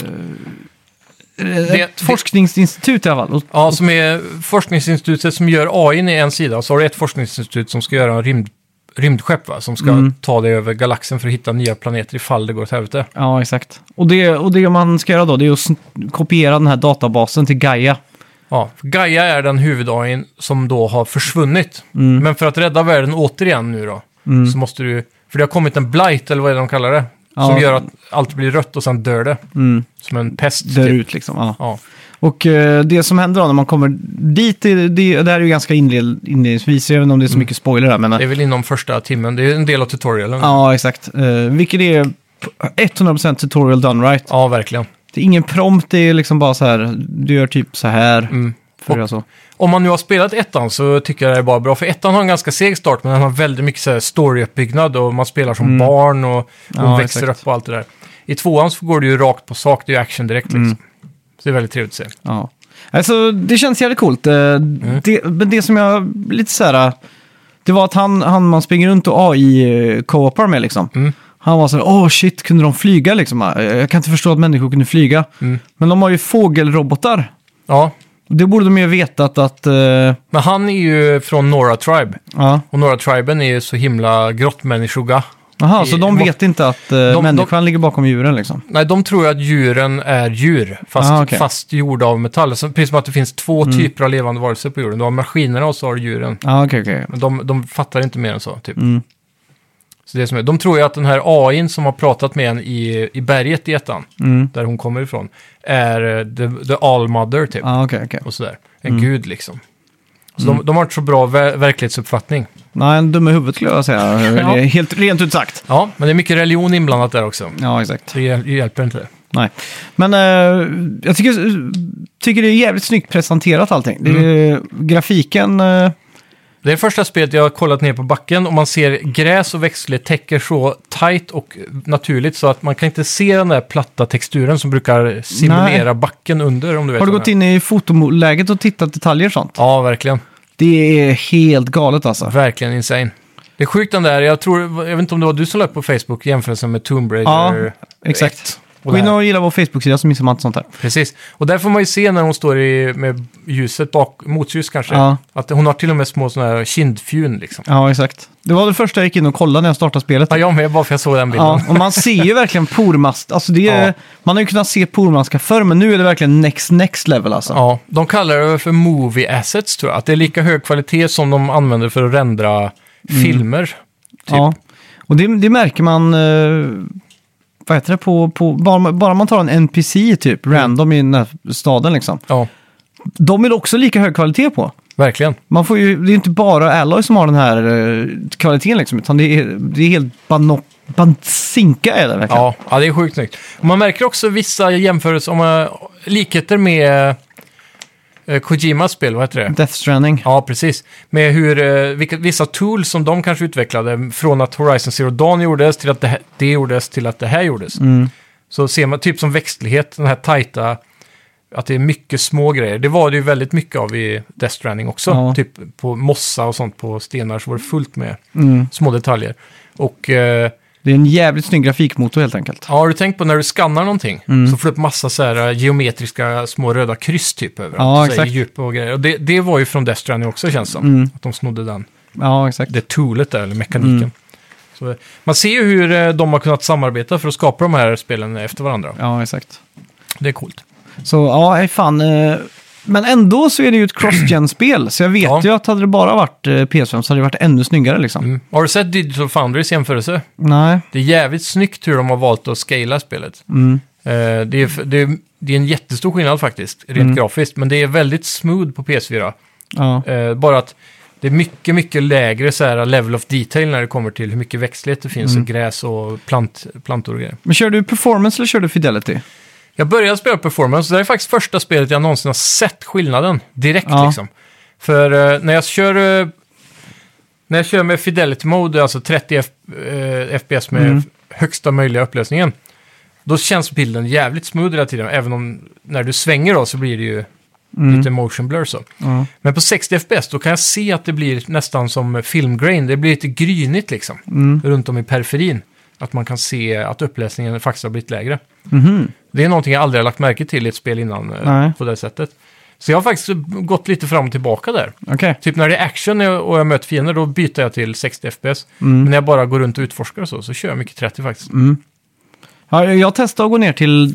Ett forskningsinstitut i alla fall. Ja, som är forskningsinstitutet som gör AI:n i en sida. Och så har du ett forskningsinstitut som ska göra en rymdskepp va? Som ska ta dig över galaxen för att hitta nya planeter ifall det går åt helvete. Ja, exakt. Och det man ska göra då, det är att kopiera den här databasen till Gaia. Ja, Gaia är den huvud-AI:n som då har försvunnit. Men för att rädda världen återigen nu då, så måste du... För det har kommit en blight, eller vad är det de kallar det? Som gör att allt blir rött och sen dör det. Som en pest. Dör typ. ut liksom, Ja. Och det som händer då när man kommer dit, det här är ju ganska inledningsvis, jag vet inte om det är så mycket spoiler där. Men, det är väl inom första timmen, det är en del av tutorialen. Ja, exakt. Vilket är 100% tutorial done right. Ja, verkligen. Det är ingen prompt, det är liksom bara så här, du gör typ så här. För att göra så. Om man nu har spelat ettan så tycker jag det är bara bra. För ettan har en ganska seg start, men den har väldigt mycket så här story-uppbyggnad och man spelar som barn och växer upp och allt det där. I tvåan så går det ju rakt på sak, det är ju action direkt liksom. Så det är väldigt trevligt att se. Ja. Alltså, det känns jävligt coolt. Men det som jag lite så här, det var att han man springer runt och AI-co-opar med liksom. Han var så här, shit, kunde de flyga liksom? Jag kan inte förstå att människor kunde flyga. Men de har ju fågelrobotar. Ja. Det borde de ju vetat att... Men han är ju från Nora Tribe. Ja. Och Nora Triben är ju så himla grottmänniskoga. Jaha, så de vet inte att människan ligger bakom djuren liksom? Nej, de tror ju att djuren är djur, fast gjorda av metall. Så precis som att det finns två typer av levande varelser på jorden. Du har maskinerna och så har du djuren. Okej. Men de fattar inte mer än så, typ. Så det som är, de tror ju att den här AI:n som har pratat med en i berget i ettan, där hon kommer ifrån, är the Allmother, typ. Okay. Och sådär. En gud, liksom. Så de har inte så bra verklighetsuppfattning. Nej, en dum i huvudet skulle jag säga. Det är helt rent ut sagt. Ja, men det är mycket religion inblandat där också. Ja, exakt. Det hjälper inte det. Nej, men jag tycker det är jävligt snyggt presenterat allting. Det är, grafiken... Det är första spelet jag har kollat ner på backen och man ser gräs och växtlighet täcker så tight och naturligt så att man kan inte se den där platta texturen som brukar simulera backen under, om du vet. Har du gått in i fotoläget och tittat detaljer och sånt? Ja, verkligen. Det är helt galet alltså. Verkligen insane. Det är sjukt den där, jag vet inte om det var du som lade på Facebook jämförelsen med Tomb Raider. Ja, exakt. Gå in och gilla vår Facebook-sida så missar man inte sånt här. Precis. Och där får man ju se när hon står med ljuset motljus kanske. Att hon har till och med små sådana här kindfjun liksom. Ja, exakt. Det var det första jag gick in och kollade när jag startade spelet. Ja, jag med, bara för jag såg den bilden. Ja, och man ser ju verkligen pormask. Alltså man har ju kunnat se pormaskar förr, men nu är det verkligen next level alltså. Ja, de kallar det för movie assets tror jag. Att det är lika hög kvalitet som de använder för att rendera filmer. Typ. Ja, och det märker man... vad heter det? På bara man tar en NPC typ, random i den här staden liksom. Ja. De är också lika hög kvalitet på. Verkligen. Man får ju, det är inte bara Alloy som har den här kvaliteten liksom, utan det är helt bansinka är det verkligen. Ja, det är sjukt snyggt. Man märker också vissa jämförelser, likheter med Kojimas spel, vad heter det? Death Stranding. Ja, precis. Med hur vissa tools som de kanske utvecklade från att Horizon Zero Dawn gjordes till att det gjordes till att det här gjordes. Så ser man typ som växtlighet, den här tajta, att det är mycket små grejer. Det var det ju väldigt mycket av i Death Stranding också. Ja. Typ på mossa och sånt på stenar så var det fullt med små detaljer. Och Det är en jävligt snygg grafikmotor helt enkelt. har du tänkt på när du skannar någonting så får du upp massa så här geometriska små röda kryss typ överallt. Ja, så här, exakt. djup och grejer. Och det var ju från Death Stranding också känns som. Att de snodde den. Ja, exakt. Det toolet där, eller mekaniken. Så, man ser ju hur de har kunnat samarbeta för att skapa de här spelen efter varandra. Ja, exakt. Det är coolt. Så ja, fan. Men ändå så är det ju ett cross-gen-spel. Så jag vet ju att hade det bara varit PS5 så hade det varit ännu snyggare liksom. Har du sett Digital Foundrys jämförelse? Nej. Det är jävligt snyggt hur de har valt att scala spelet. Det är en jättestor skillnad faktiskt, rent grafiskt. Men det är väldigt smooth på PS4. Ja. Bara att det är mycket, mycket lägre så här level of detail när det kommer till hur mycket växtlighet det finns och gräs och plantor och grejer. Men kör du performance eller kör du fidelity? Jag började spela performance, och det är faktiskt första spelet jag någonsin har sett skillnaden direkt liksom. För när jag kör med fidelity mode, alltså 30 FPS med högsta möjliga upplösningen, då känns bilden jävligt smooth hela tiden. Även om när du svänger då så blir det ju lite motion blur så. Men på 60 FPS då kan jag se att det blir nästan som filmgrain. Det blir lite grynigt liksom, runt om i periferin. Att man kan se att upplösningen faktiskt har blivit lägre. Det är någonting jag aldrig har lagt märke till i ett spel innan på det sättet. Så jag har faktiskt gått lite fram och tillbaka där. Okay. Typ när det är action och jag möter fiender, då byter jag till 60 FPS. Men när jag bara går runt och utforskar och så kör jag mycket 30 faktiskt. Ja, jag testade att gå ner till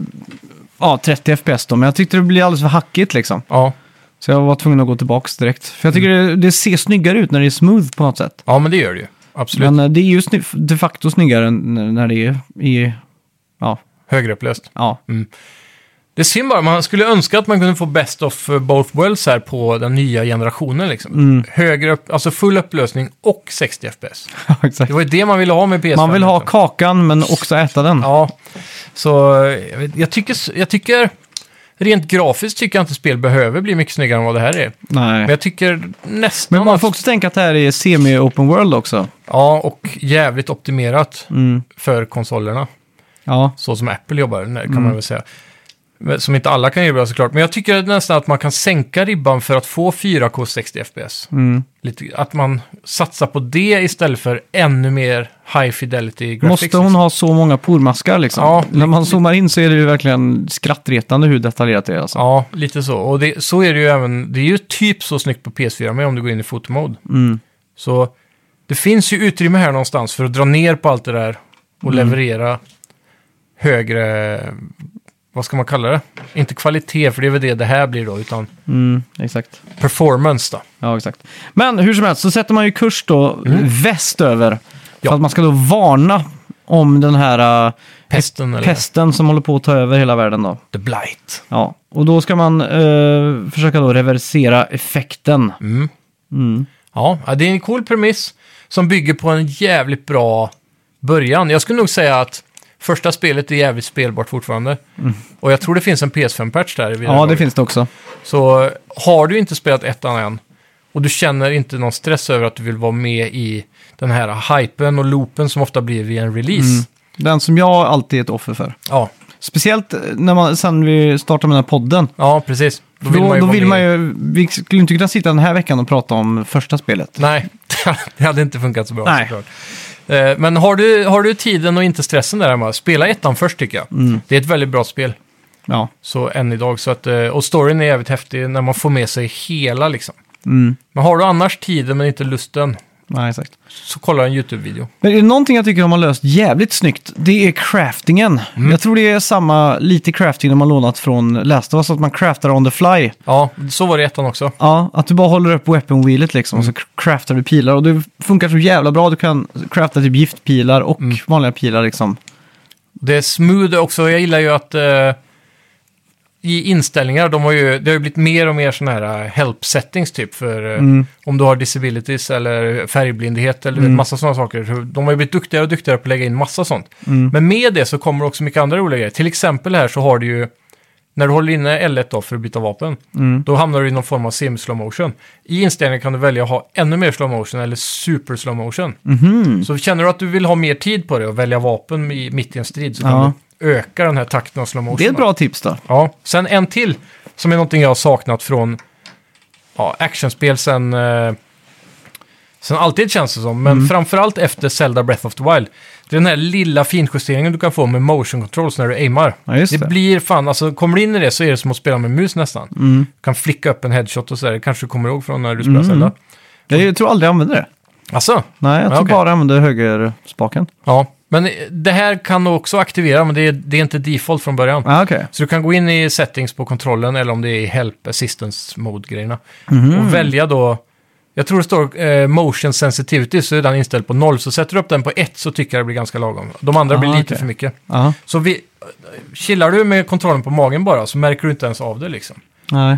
30 FPS då, men jag tyckte det blev alldeles för hackigt liksom. Ja. Så jag var tvungen att gå tillbaka direkt. För jag tycker det ser snyggare ut när det är smooth på något sätt. Ja, men det gör det ju. Absolut. Men det är ju de facto snyggare när det är i... Ja. Högreupplöst. Ja. Det är synd bara, man skulle önska att man kunde få best of both worlds här på den nya generationen liksom. Alltså full upplösning och 60 FPS. Ja, exakt. Det var ju det man ville ha med PS5. Man vill ha kakan men också äta den. Ja, så jag tycker rent grafiskt tycker jag inte spel behöver bli mycket snyggare än vad det här är. Nej. Men jag tycker nästan... Men man får också tänka att det här är semi-open world också. Ja, och jävligt optimerat för konsolerna. Ja. Så som Apple jobbar, kan man väl säga. Som inte alla kan göra såklart. Men jag tycker nästan att man kan sänka ribban för att få 4K 60 FPS. Lite, att man satsar på det istället för ännu mer high fidelity graphics. Måste hon ha så många pormaskar liksom? Ja. När man zoomar in så är det ju verkligen skrattretande hur detaljerat det är. Alltså. Ja, lite så. Och så är det ju även... Det är ju typ så snyggt på PS4 med om du går in i fotomode. Så det finns ju utrymme här någonstans för att dra ner på allt det där och leverera högre... Vad ska man kalla det? Inte kvalitet, för det är väl det här blir då, utan Exakt. performance då. Ja, exakt. Men hur som helst så sätter man ju kurs då västöver. För att man ska då varna om den här pesten som håller på att ta över hela världen då. The Blight. Ja, och då ska man försöka då reversera effekten. Ja, det är en cool premiss som bygger på en jävligt bra början. Jag skulle nog säga att första spelet är jävligt spelbart fortfarande. Och jag tror det finns en PS5-patch där. Ja, det finns det också. Så har du inte spelat ettan än och du känner inte någon stress över att du vill vara med i den här hypen och loopen som ofta blir vid en release. Den som jag alltid är ett offer för. Ja. Speciellt sen vi startade med den här podden. Ja, precis. Då vill man ju... Vi skulle inte kunna sitta den här veckan och prata om första spelet. Nej, det hade inte funkat så bra. Nej. Såklart. Men har du tiden och inte stressen där hemma, spela ettan först tycker jag. Det är ett väldigt bra spel. Ja. Så än idag. Så att, och storyn är jävligt häftig när man får med sig hela liksom. Men har du annars tiden men inte lusten, Nej, exakt. så kolla en YouTube-video. Men är det någonting jag tycker de har löst jävligt snyggt, det är craftingen. Jag tror det är samma lite crafting de har lånat från Last of Us, att man craftar on the fly. Ja, så var det ettan också. Ja, att du bara håller upp weapon wheelet liksom och så craftar du pilar. Och det funkar så jävla bra. Du kan crafta typ giftpilar och vanliga pilar liksom. Det är smooth också. Jag gillar ju att i inställningar, det har ju blivit mer och mer sådana här help settings typ för om du har disabilities eller färgblindhet eller massa sådana saker. De har ju blivit duktigare och duktigare på att lägga in massa sånt. Men med det så kommer också mycket andra roliga grejer. Till exempel här så har du ju när du håller inne L1 då för att byta vapen, då hamnar du i någon form av semi-slow motion. I inställningen kan du välja att ha ännu mer slow motion eller super slow motion. Så känner du att du vill ha mer tid på det och välja vapen mitt i en strid så kan du öka den här takten av slow motion. Det är ett bra tips då. Ja, sen en till som är någonting jag har saknat från actionspel sen alltid känns det som, men framförallt efter Zelda Breath of the Wild. Det är den här lilla finjusteringen du kan få med motion controls när du aimar. Ja, det blir fan, alltså kommer du in i det så är det som att spela med mus nästan. Du kan flicka upp en headshot och sådär. Kanske du kommer ihåg från när du spelar Zelda. Jag tror aldrig jag använder det. Alltså? Nej, jag tror bara jag använder högerspaken. Ja, men det här kan du också aktivera, men det är inte default från början. Okay. Så du kan gå in i settings på kontrollen eller om det är i help assistance mode-grejerna. Och välja då, jag tror det står motion sensitivity, så är den inställd på 0. Så sätter du upp den på 1 så tycker jag det blir ganska lagom. De andra blir lite för mycket. Så chillar du med kontrollen på magen bara så märker du inte ens av det liksom. Nej.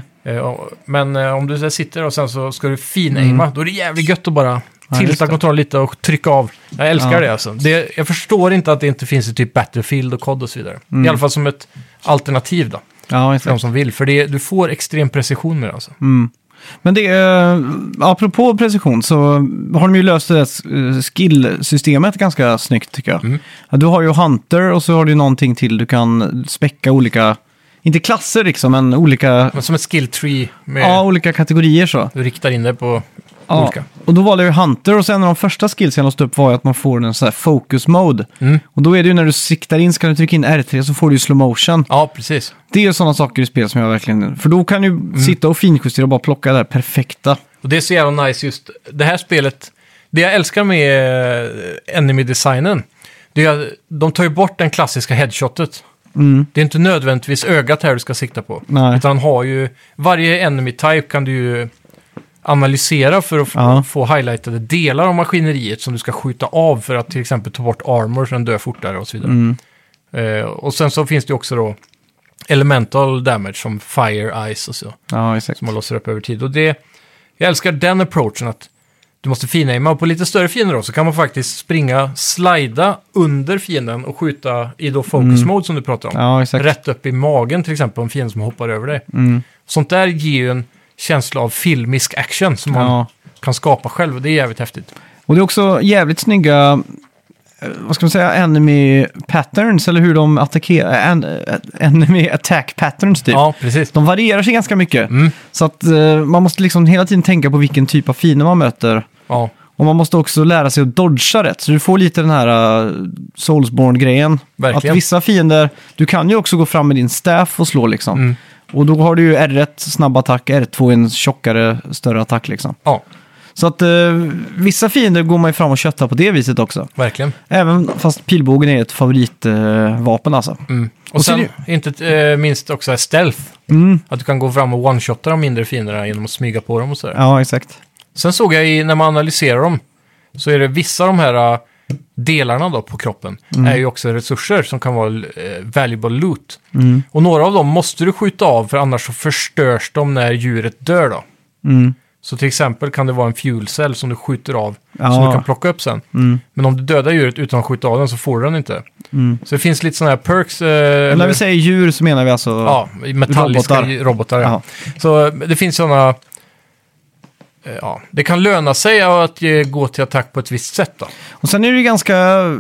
Men om du sitter och sen så ska du fin-aima, då är det jävligt gött att bara tilta kontrollen lite och trycka av. Jag älskar det alltså. Jag förstår inte att det inte finns i typ Battlefield och COD och så vidare. I alla fall som ett alternativ då. Ja, för de som vill. För du får extrem precision med det alltså. Men det är, apropå precision så har de ju löst det skill-systemet ganska snyggt tycker jag. Du har ju Hunter och så har du någonting till. Du kan späcka olika, inte klasser liksom, men olika... Men som ett skill tree med... olika kategorier så. Du riktar in det på olika. Och då valde jag Hunter och sen de första skills jag låste upp var att man får en sån här focus mode. Och då är det ju när du siktar in, ska du trycka in R3 så får du ju slow motion. Ja, precis. Det är ju sådana saker i spel som jag verkligen... För då kan du sitta och finjustera och bara plocka det där perfekta. Och det är så jävla nice just det här spelet. Det jag älskar med enemy-designen, det är att de tar ju bort den klassiska headshotet. Det är inte nödvändigtvis ögat här du ska sikta på. Nej. Utan har ju, varje enemy type kan du ju analysera för att få highlightade delar av maskineriet som du ska skjuta av för att till exempel ta bort armor så den dör fortare och så vidare. Och sen så finns det också då elemental damage som fire, ice och så. Ja, exakt. Som man låser upp över tid. Och jag älskar den approachen att du måste fina-aima. Och på lite större fiender då så kan man faktiskt slida under fienden och skjuta i då focus mode som du pratar om. Ja, exakt. Rätt upp i magen till exempel, en fiende som hoppar över dig. Sånt där ger ju en känsla av filmisk action som man kan skapa själv. Och det är jävligt häftigt. Och det är också jävligt snygga, vad ska man säga, enemy patterns, eller hur de attackerar, enemy attack patterns typ. Ja, precis. De varierar sig ganska mycket. Så att man måste liksom hela tiden tänka på vilken typ av fiender man möter. Ja. Och man måste också lära sig att dodga rätt. Så du får lite den här Soulsborne-grejen. Verkligen. Att vissa fiender, du kan ju också gå fram med din staff och slå liksom. Och då har du ju R1 snabb attack, R2 en tjockare, större attack liksom. Ja. Så att vissa fiender går man ju fram och köttar på det viset också. Verkligen. Även fast pilbågen är ett favoritvapen alltså. Och sen, inte minst också stealth. Att du kan gå fram och one-shotta de mindre fienderna genom att smyga på dem och sådär. Ja, exakt. Sen såg jag när man analyserar dem så är det vissa av de här delarna då på kroppen är ju också resurser som kan vara valuable loot. Och några av dem måste du skjuta av för annars så förstörs de när djuret dör då. Så till exempel kan det vara en fuel cell som du skjuter av som du kan plocka upp sen. Men om du dödar djuret utan att skjuta av den så får du den inte. Så det finns lite sådana här perks. När vi säger djur så menar vi alltså metalliska robotar. Ja. Så det finns sådana... Ja, det kan löna sig att gå till attack på ett visst sätt då. Och sen är det ju ganska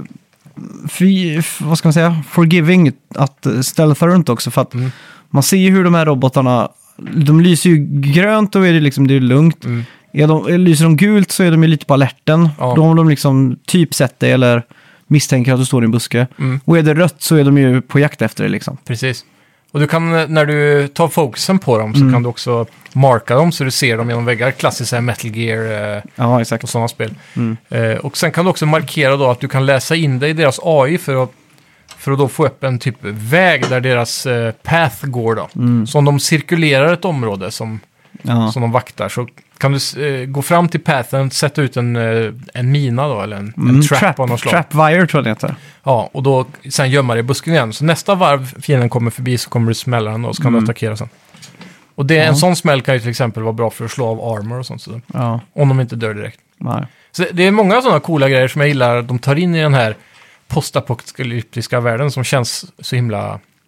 vad ska man säga, forgiving att stealtha runt också, för att man ser ju hur de här robotarna, de lyser ju grönt och är det liksom, det är lugnt. Lyser de gult så är de ju lite på alerten. Då har de liksom typ sett det eller misstänker att du står i en buske. Och är det rött så är de ju på jakt efter det liksom. Precis. Och du kan, när du tar fokusen på dem så kan du också marka dem så du ser dem genom väggar. Klassiskt här Metal Gear exakt. Och sådana spel. Och sen kan du också markera då att du kan läsa in dig i deras AI för att då få upp en typ väg där deras path går då. Så om de cirkulerar ett område som de vaktar så kan du gå fram till pathen, sätta ut en mina då, eller en trap av något slag. Trapwire tror jag det heter. Ja, och då sen gömma dig i busken igen. Så nästa varv fienden kommer förbi så kommer du smälla den och så kan du attackera sen. Och en sån smäll kan ju till exempel vara bra för att slå av armor och sånt. Så om de inte dör direkt. Nej. Så det är många sådana coola grejer som jag gillar att de tar in i den här postapokalyptiska världen som känns så himla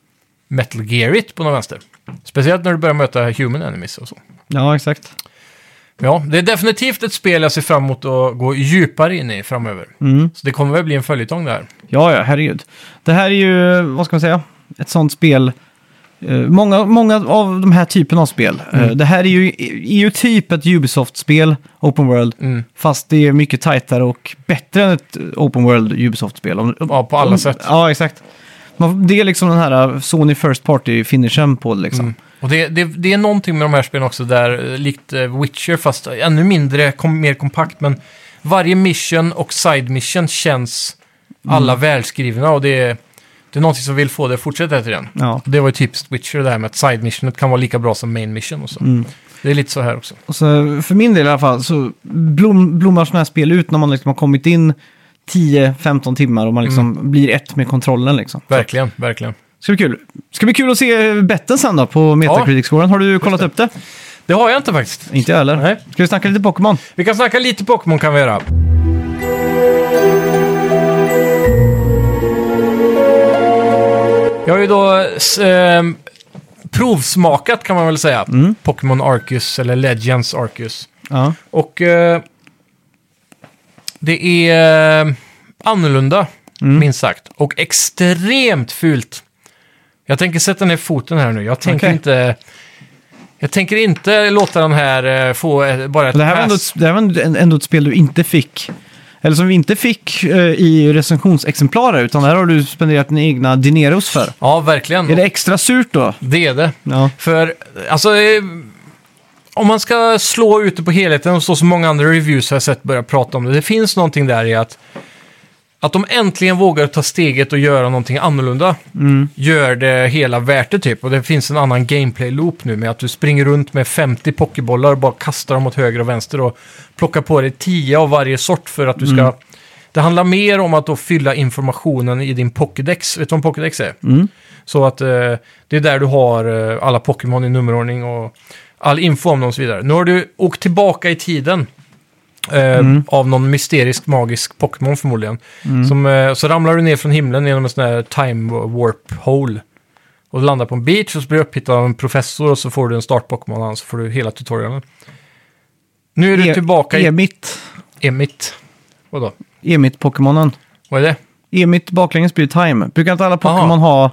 Metal Gear-igt på någon vänster. Speciellt när du börjar möta human enemies och så. Ja, exakt. Ja, det är definitivt ett spel jag ser fram emot att gå djupare in i framöver. Så det kommer väl bli en följetong där. Ja, herregud. Det här är ju, vad ska man säga, ett sånt spel. Många av de här typen av spel. Det här är ju typ ett Ubisoft-spel, Open World. Fast det är mycket tajtare och bättre än ett Open World Ubisoft-spel. Ja, på alla sätt. Ja, exakt. Det är liksom den här Sony First Party-finishen på det liksom. Och det är någonting med de här spelen också där, likt Witcher, fast ännu mindre, mer kompakt. Men varje mission och side mission känns alla välskrivna och det är någonting som vill få det att fortsätta efter den. Ja. Det var ju typiskt Witcher det här med att side missionet kan vara lika bra som main mission och så. Det är lite så här också. Och så, för min del i alla fall så blommar sådana här spel ut när man liksom har kommit in 10-15 timmar och man liksom blir ett med kontrollen liksom. Verkligen, verkligen. Ska bli kul att se betten sen då på Metacritic-scoren. Har du kollat upp det? Det har jag inte faktiskt. Inte jag heller. Nej. Ska vi snacka lite Pokémon? Vi kan snacka lite Pokémon kan vi göra. Jag har ju då provsmakat kan man väl säga. Pokémon Arceus eller Legends Arceus. Ja. Och det är annorlunda, minst sagt. Och extremt fult. Jag tänker sätta ner foten här nu. Jag tänker inte låta den här få bara ett det här var ändå ett spel du inte fick. Eller som vi inte fick i recensionsexemplarer, utan här har du spenderat dina egna dineros för. Ja, verkligen. Är det extra surt då? Det är det. Ja. För, alltså, om man ska slå ute på helheten och så många andra reviews har jag sett börja prata om det. Det finns någonting där i att de äntligen vågar ta steget och göra någonting annorlunda. Gör det hela värt det typ. Och det finns en annan gameplay-loop nu med att du springer runt med 50 pokébollar och bara kastar dem åt höger och vänster och plockar på dig 10 av varje sort för att du ska... Det handlar mer om att då fylla informationen i din Pokédex. Vet du vad en Pokédex är? Så att det är där du har alla Pokémon i nummerordning och all info om dem och så vidare. Nu har du åkt tillbaka i tiden. Av någon mysterisk, magisk Pokémon förmodligen. Så ramlar du ner från himlen genom en sån här time warp hole. Och du landar på en beach och så blir du upphittad av en professor och så får du en start-Pokémon och så får du hela tutorialen. Nu är du tillbaka i... Emit. Vadå? Emit-Pokémonen. Vad är det? Emit baklänges blir time. Brukar inte alla Pokémon ha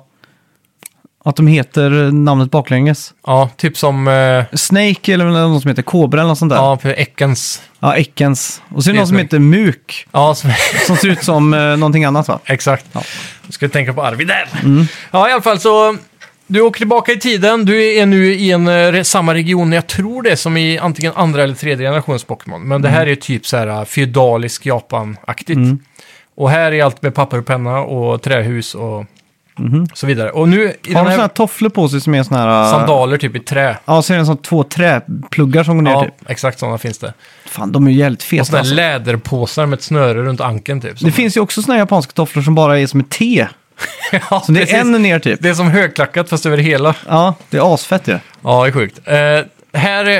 att de heter namnet baklänges? Ja, typ som... Snake eller någon som heter Cobra eller något sånt där. Ja, för Ekans. Ja, Ekans. Och så är det någon som heter Muk. Ja, som ser ut som någonting annat va? Exakt. Ja. Du ska tänka på Arvid där. Ja, i alla fall så... Du åker tillbaka i tiden. Du är nu i samma region. Jag tror det är som i antingen andra eller tredje generations Pokémon. Men det här är typ så här feudalisk Japan-aktigt. Och här är allt med papper och penna och trähus och så vidare. Och nu i har de sådana här tofflor på sig som är sådana här... Sandaler typ i trä. Ja, så är det 2 träpluggar som går ner typ. Ja, exakt sådana finns det. Fan, de är ju jävligt feta. Och sådana läderpåsar med ett snöre runt ankeln typ. Det finns ju också sådana japanska tofflor som bara är som ett T. Ja, så det är en ner typ. Det är som högklackat fast över hela. Ja, det är asfett ju. Ja, det är sjukt. Här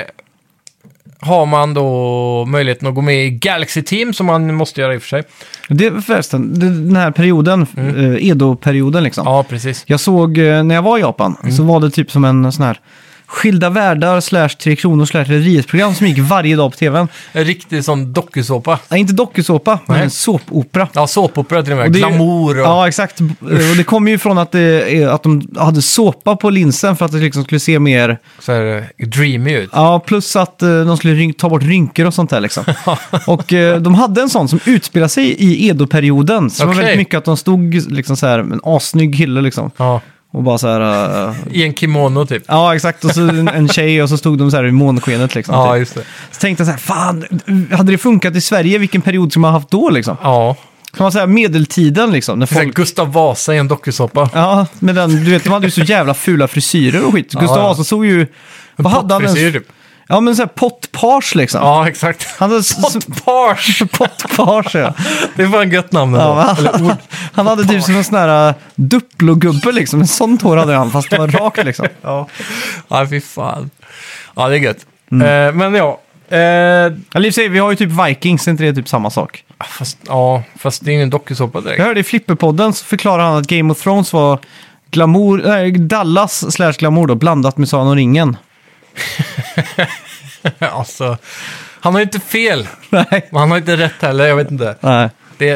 har man då möjligheten att gå med i Galaxy Team som man måste göra i och för sig. Det är förresten, den här perioden, Edo-perioden liksom. Ja, precis. Jag såg, när jag var i Japan, så var det typ som en sån här Skilda världar / 3 kronor / Rederiet-program som gick varje dag på tvn. En riktig sån dokusåpa. Nej, inte dokusåpa, men en såpopera. Ja, såpopera till och med. Glamour. Ja, exakt. Och det kom ju från att de hade såpa på linsen för att det liksom skulle se mer... Så här dreamy ut. Ja, plus att de skulle ta bort rynkor och sånt där liksom. Och de hade en sån som utspelade sig i Edo-perioden. Så det var väldigt mycket att de stod liksom så här, en assnygg hylla liksom. Ja. Och bara så här... I en kimono typ. Ja, exakt. Och så en tjej och så stod de så här i månskenet liksom. Ja, typ. just det. Så tänkte jag så här, fan, hade det funkat i Sverige? Vilken period som man haft då liksom? Ja. Kan man säga medeltiden liksom? När folk... Gustav Vasa i en dokusåpa. Ja, men du vet, de hade ju så jävla fula frisyrer och skit. Gustav Vasa såg ju... Vad hade han ens... typ. Ja, men så här pottpars liksom. Ja, exakt. Pottpars! Pottpars, ja. Det var en gött namn. Ja, han hade typ som en sån här Duplo-gubbe liksom. En sån hår hade han, fast det var rakt liksom. Ja, fy fan. Ja, det är gött. Men ja. Vi har ju typ Vikings, inte det typ samma sak? Fast det är ingen dokusåpa direkt. Jag hörde i Flipperpodden så förklarade han att Game of Thrones var Glamour, nej, Dallas / Glamour då, blandat med Sagan om ringen. Alltså, han har inte fel. Nej. Men han har inte rätt heller, jag vet inte. Nej.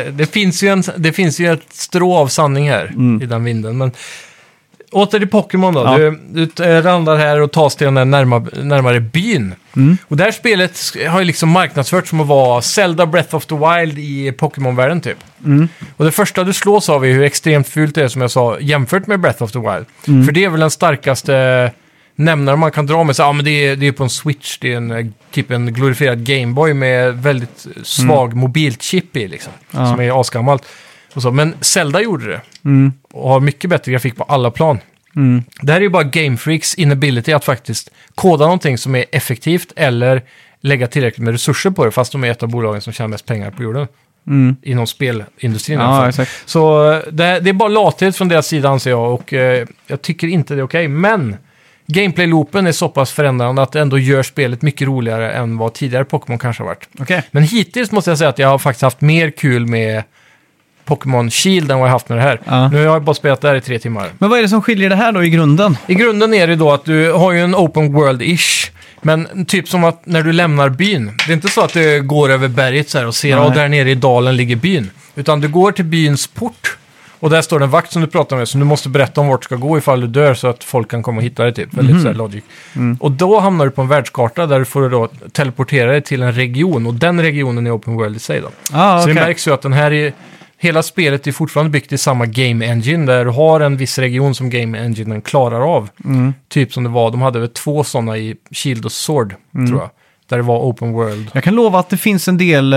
Det finns ju ett strå av sanning här i den vinden. Men åter till Pokémon då. Ja. Du randar här och tas till den där närmare byn. Och det här spelet har ju liksom marknadsförts som att vara Zelda Breath of the Wild i Pokémon-världen typ. Och det första du slås av är hur extremt fult det är, som jag sa, jämfört med Breath of the Wild. För det är väl den starkaste nämnare man kan dra med sig. Ja, men det är på en Switch. Det är typ en glorifierad Gameboy med väldigt svag mobilt chip i liksom. Som är asgammalt. Och så. Men Zelda gjorde det. Och har mycket bättre grafik på alla plan. Det här är ju bara Game Freaks inability att faktiskt koda någonting som är effektivt eller lägga tillräckligt med resurser på det, fast de är ett av bolagen som tjänar mest pengar på jorden. Inom spelindustrin i alla fall. Exakt. Så det är bara lathet från deras sida, anser jag, och jag tycker inte det är okej. Men gameplay-loopen är så pass förändrande att det ändå gör spelet mycket roligare än vad tidigare Pokémon kanske har varit. Okay. Men hittills måste jag säga att jag har faktiskt haft mer kul med Pokémon Shield än vad jag haft med det här. Nu har jag bara spelat det här i 3 timmar. Men vad är det som skiljer det här då i grunden? I grunden är det då att du har ju en open world-ish. Men typ som att när du lämnar byn. Det är inte så att du går över berget så här och ser att där nere i dalen ligger byn. Utan du går till byns port. Och där står det en vakt som du pratar med, som du måste berätta om vart du ska gå ifall du dör, så att folk kan komma och hitta dig typ. Väldigt så här logic. Och då hamnar du på en världskarta där du får då teleportera dig till en region. Och den regionen är open world i sig då. Så det märks ju att den här är... Hela spelet är fortfarande byggt i samma Game Engine, där du har en viss region som Game Engine klarar av. Typ som det var, de hade väl 2 sådana i Shield och Sword, tror jag. Där det var open world. Jag kan lova att det finns en del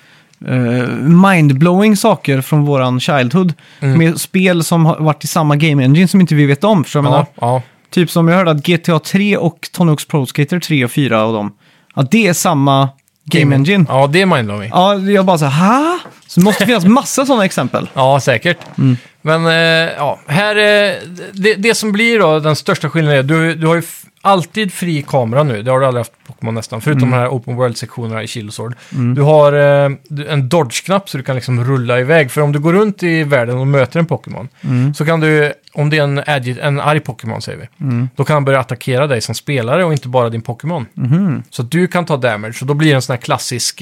mindblowing saker från våran childhood. Med spel som har varit i samma Game Engine som inte vi vet om. För jag menar, typ som jag hörde att GTA 3 och Tony Hawk's Pro Skater 3 och 4 och dem. Att det är samma Game Engine. Ja, det är mindblowing. Ja, jag bara så här, så det måste finnas massa sådana exempel. Ja, säkert. Men här det som blir då den största skillnaden är du har ju alltid fri kamera nu. Det har du aldrig haft på Pokémon nästan. Förutom de här open world-sektionerna i Shield och Sword. Du har en dodge-knapp så du kan liksom rulla iväg. För om du går runt i världen och möter en Pokémon så kan du, om det är en arg Pokémon säger vi, då kan han börja attackera dig som spelare och inte bara din Pokémon. Så att du kan ta damage. Och då blir det en sån här klassisk...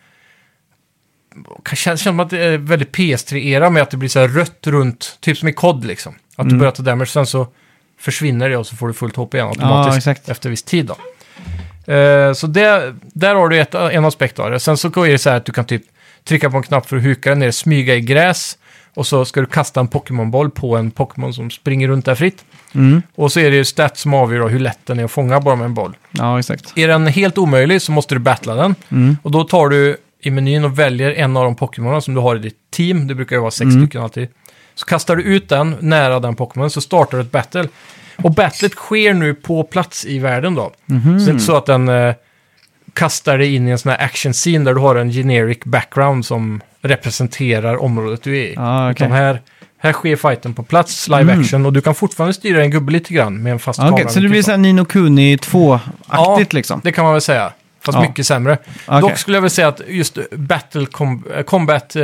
känns som att det är väldigt PS3-era med att det blir så här rött runt, typ som i COD liksom. Att du börjar ta damage, sen så försvinner det och så får du fullt HP igen automatiskt efter viss tid då. Så där har du en aspekt av det. Sen så är det så här att du kan typ trycka på en knapp för att huka den ner, smyga i gräs och så ska du kasta en Pokémon-boll på en Pokémon som springer runt där fritt. Och så är det ju stats som avgör hur lätt den är att fånga bara med en boll. Ja, exakt. Är den helt omöjlig så måste du battla den. Och då tar du i menyn och väljer en av de Pokémon som du har i ditt team. Det brukar ju vara 6 stycken alltid. Så kastar du ut den nära den Pokémon så startar du ett battle. Och battlet sker nu på plats i världen då. Så det är inte så att den kastar dig in i en sån här action scene där du har en generic background som representerar området du är i. Utan här sker fighten på plats, live action, och du kan fortfarande styra en gubbe lite grann med en fast kamera. Så det blir så här Ni no Kuni 2-aktigt liksom? Det kan man väl säga. Fast mycket sämre. Dock skulle jag väl säga att just battle combat...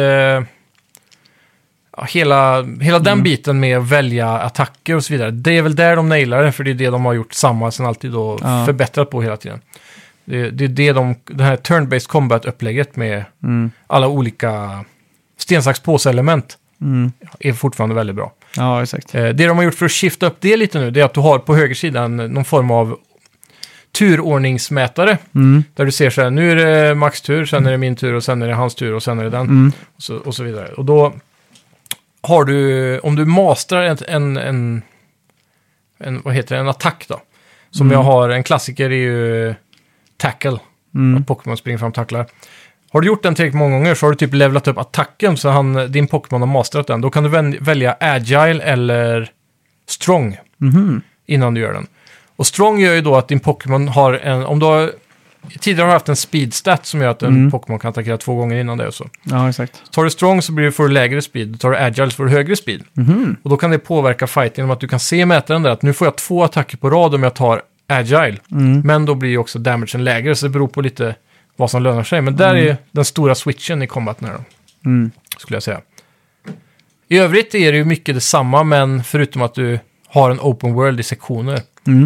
hela den biten med att välja attacker och så vidare. Det är väl där de nailar det, för det är det de har gjort samma sen alltid då förbättrat på hela tiden. Det är det här turn-based combat-upplägget med alla olika stensax-påse-element är fortfarande väldigt bra. Ja, exakt. Det de har gjort för att skifta upp det lite nu, det är att du har på högersidan någon form av turordningsmätare. Där du ser så här, nu är det Max tur, sen är det min tur och sen är det hans tur och sen är det den. Och så vidare. Och då har du, om du mastrar en vad heter det, en attack då. Som jag har, en klassiker är ju tackle. Att Pokémon springer fram och tacklar. Har du gjort den tillräckligt många gånger så har du typ levlat upp attacken så din Pokémon har mastrat den. Då kan du välja agile eller strong innan du gör den. Och strong gör ju då att din Pokémon har tidigare har du haft en speed stat som gör att en Pokémon kan attackera 2 gånger innan det och så. Ja, exakt. Tar du strong så får du lägre speed. Tar du agile så får du högre speed. Och då kan det påverka fighten genom att du kan se mätaren där att nu får jag 2 attacker på rad om jag tar agile. Men då blir ju också damagen lägre, så det beror på lite vad som lönar sig. Men där är den stora switchen i combaten här då. Skulle jag säga. I övrigt är det ju mycket detsamma, men förutom att du har en open world i sektioner.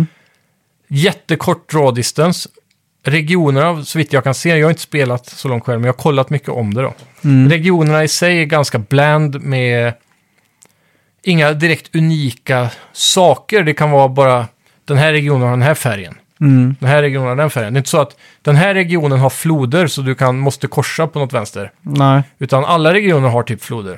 Jättekort draw distance. Regionerna, så vitt jag kan se, jag har inte spelat så långt själv, men jag har kollat mycket om det då. Regionerna i sig är ganska bland med inga direkt unika saker. Det kan vara bara, den här regionen har den här färgen. Den här regionen har den färgen. Det är inte så att den här regionen har floder så du måste korsa på något vänster. Nej. Utan alla regioner har typ floder.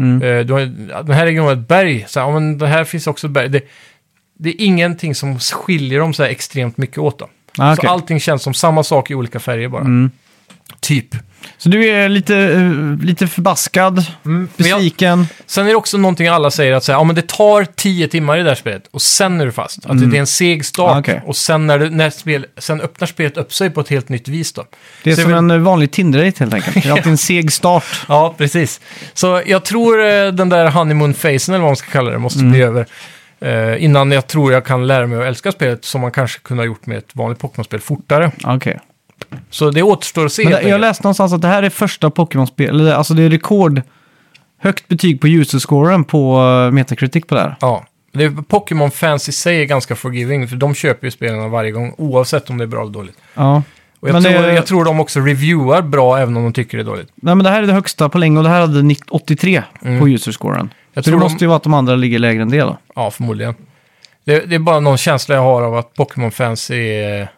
Den här regionen har ett berg. Så här, men det här finns också ett berg. Det är ingenting som skiljer dem så här extremt mycket åt dem. Okay. Så allting känns som samma sak i olika färger bara. Typ. Så du är lite förbaskad, besviken. Sen är det också någonting alla säger att säga, men det tar 10 timmar i det här spelet och sen är du fast. Att det är en seg start och sen sen öppnar spelet upp sig på ett helt nytt vis då. Det är så som en vanlig Tinder-date helt enkelt. Det är alltid en seg start. Ja, precis. Så jag tror den där honeymoon-facen eller vad man ska kalla det måste bli över. Innan jag tror jag kan lära mig att älska spelet som man kanske kunde ha gjort med ett vanligt Pokémon-spel fortare. Okej. Så det återstår att se. Men jag läste någonstans att det här är första Pokémon-spel, alltså det är rekord högt betyg på user-scoren på Metacritic på det här. Ja, Pokémon-fans i sig är ganska forgiving, för de köper ju spelarna varje gång, oavsett om det är bra eller dåligt. Ja. Och jag tror de också reviewar bra även om de tycker det är dåligt. Nej, men det här är det högsta på länge och det här hade 83 på user-scoren. Så det måste ju vara att de andra ligger lägre än det då. Ja, förmodligen. Det är bara någon känsla jag har av att Pokémon-fans är...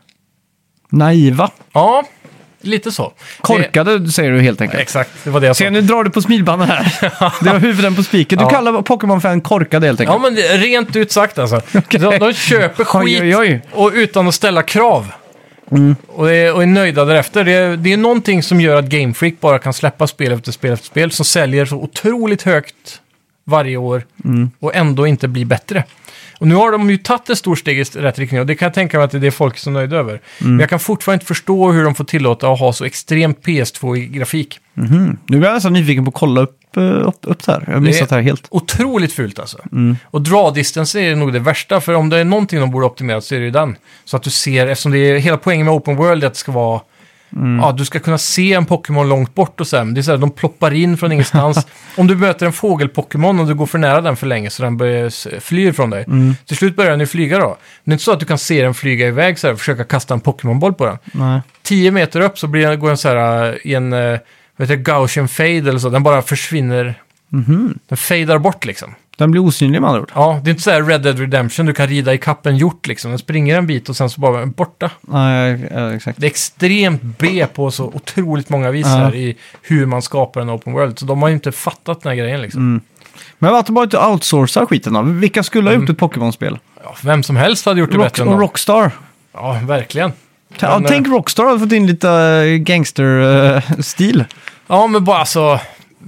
naiva. Ja, lite så. Korkade säger du helt enkelt. Exakt, det var det jag sa. Se, nu drar du på smilbanden här. Det var huvuden på spiken. Du kallar Pokémon-fan korkade helt enkelt. Ja, men rent ut sagt alltså. Okay. De köper skit och utan att ställa krav. Och är nöjda därefter. Det är någonting som gör att Game Freak bara kan släppa spel efter spel efter spel som säljer så otroligt högt varje år och ändå inte blir bättre. Och nu har de ju tagit ett stort steg i rätt riktning och det kan jag tänka mig att det är folk som är nöjda över. Men jag kan fortfarande inte förstå hur de får tillåta att ha så extremt PS2 i grafik. Nu är jag nästan nyfiken på att kolla upp det här. Jag har missat det här helt. Otroligt fult alltså. Och draw distance är nog det värsta, för om det är någonting de borde optimera så är det ju den. Så att du ser, eftersom det är hela poängen med open world att det ska vara du ska kunna se en Pokémon långt bort och så här, men det är så här, de ploppar in från ingenstans. Om du möter en fågel-Pokémon och du går för nära den för länge så den börjar fly från dig. Till slut börjar den ju flyga då. Det är inte så att du kan se den flyga iväg så här och försöka kasta en Pokémon-boll på den. Nej. 10 meter upp så går den så här i en Gaussian fade eller så. Den bara försvinner. Den fadar bort liksom. Den blir osynlig med andra ord. Ja, det är inte så här Red Dead Redemption. Du kan rida i kappen hjort liksom. Den springer en bit och sen så bara borta. Nej, exakt. Det är extremt B på så otroligt många vis här i hur man skapar en open world. Så de har ju inte fattat den här grejen liksom. Men varför bara inte outsourca skiten då? Vilka skulle ha gjort ett Pokémon-spel? Ja, vem som helst hade gjort det bättre än och Rockstar. Ja, verkligen. Tänk Rockstar hade fått in lite gangster-stil. Ja, men bara alltså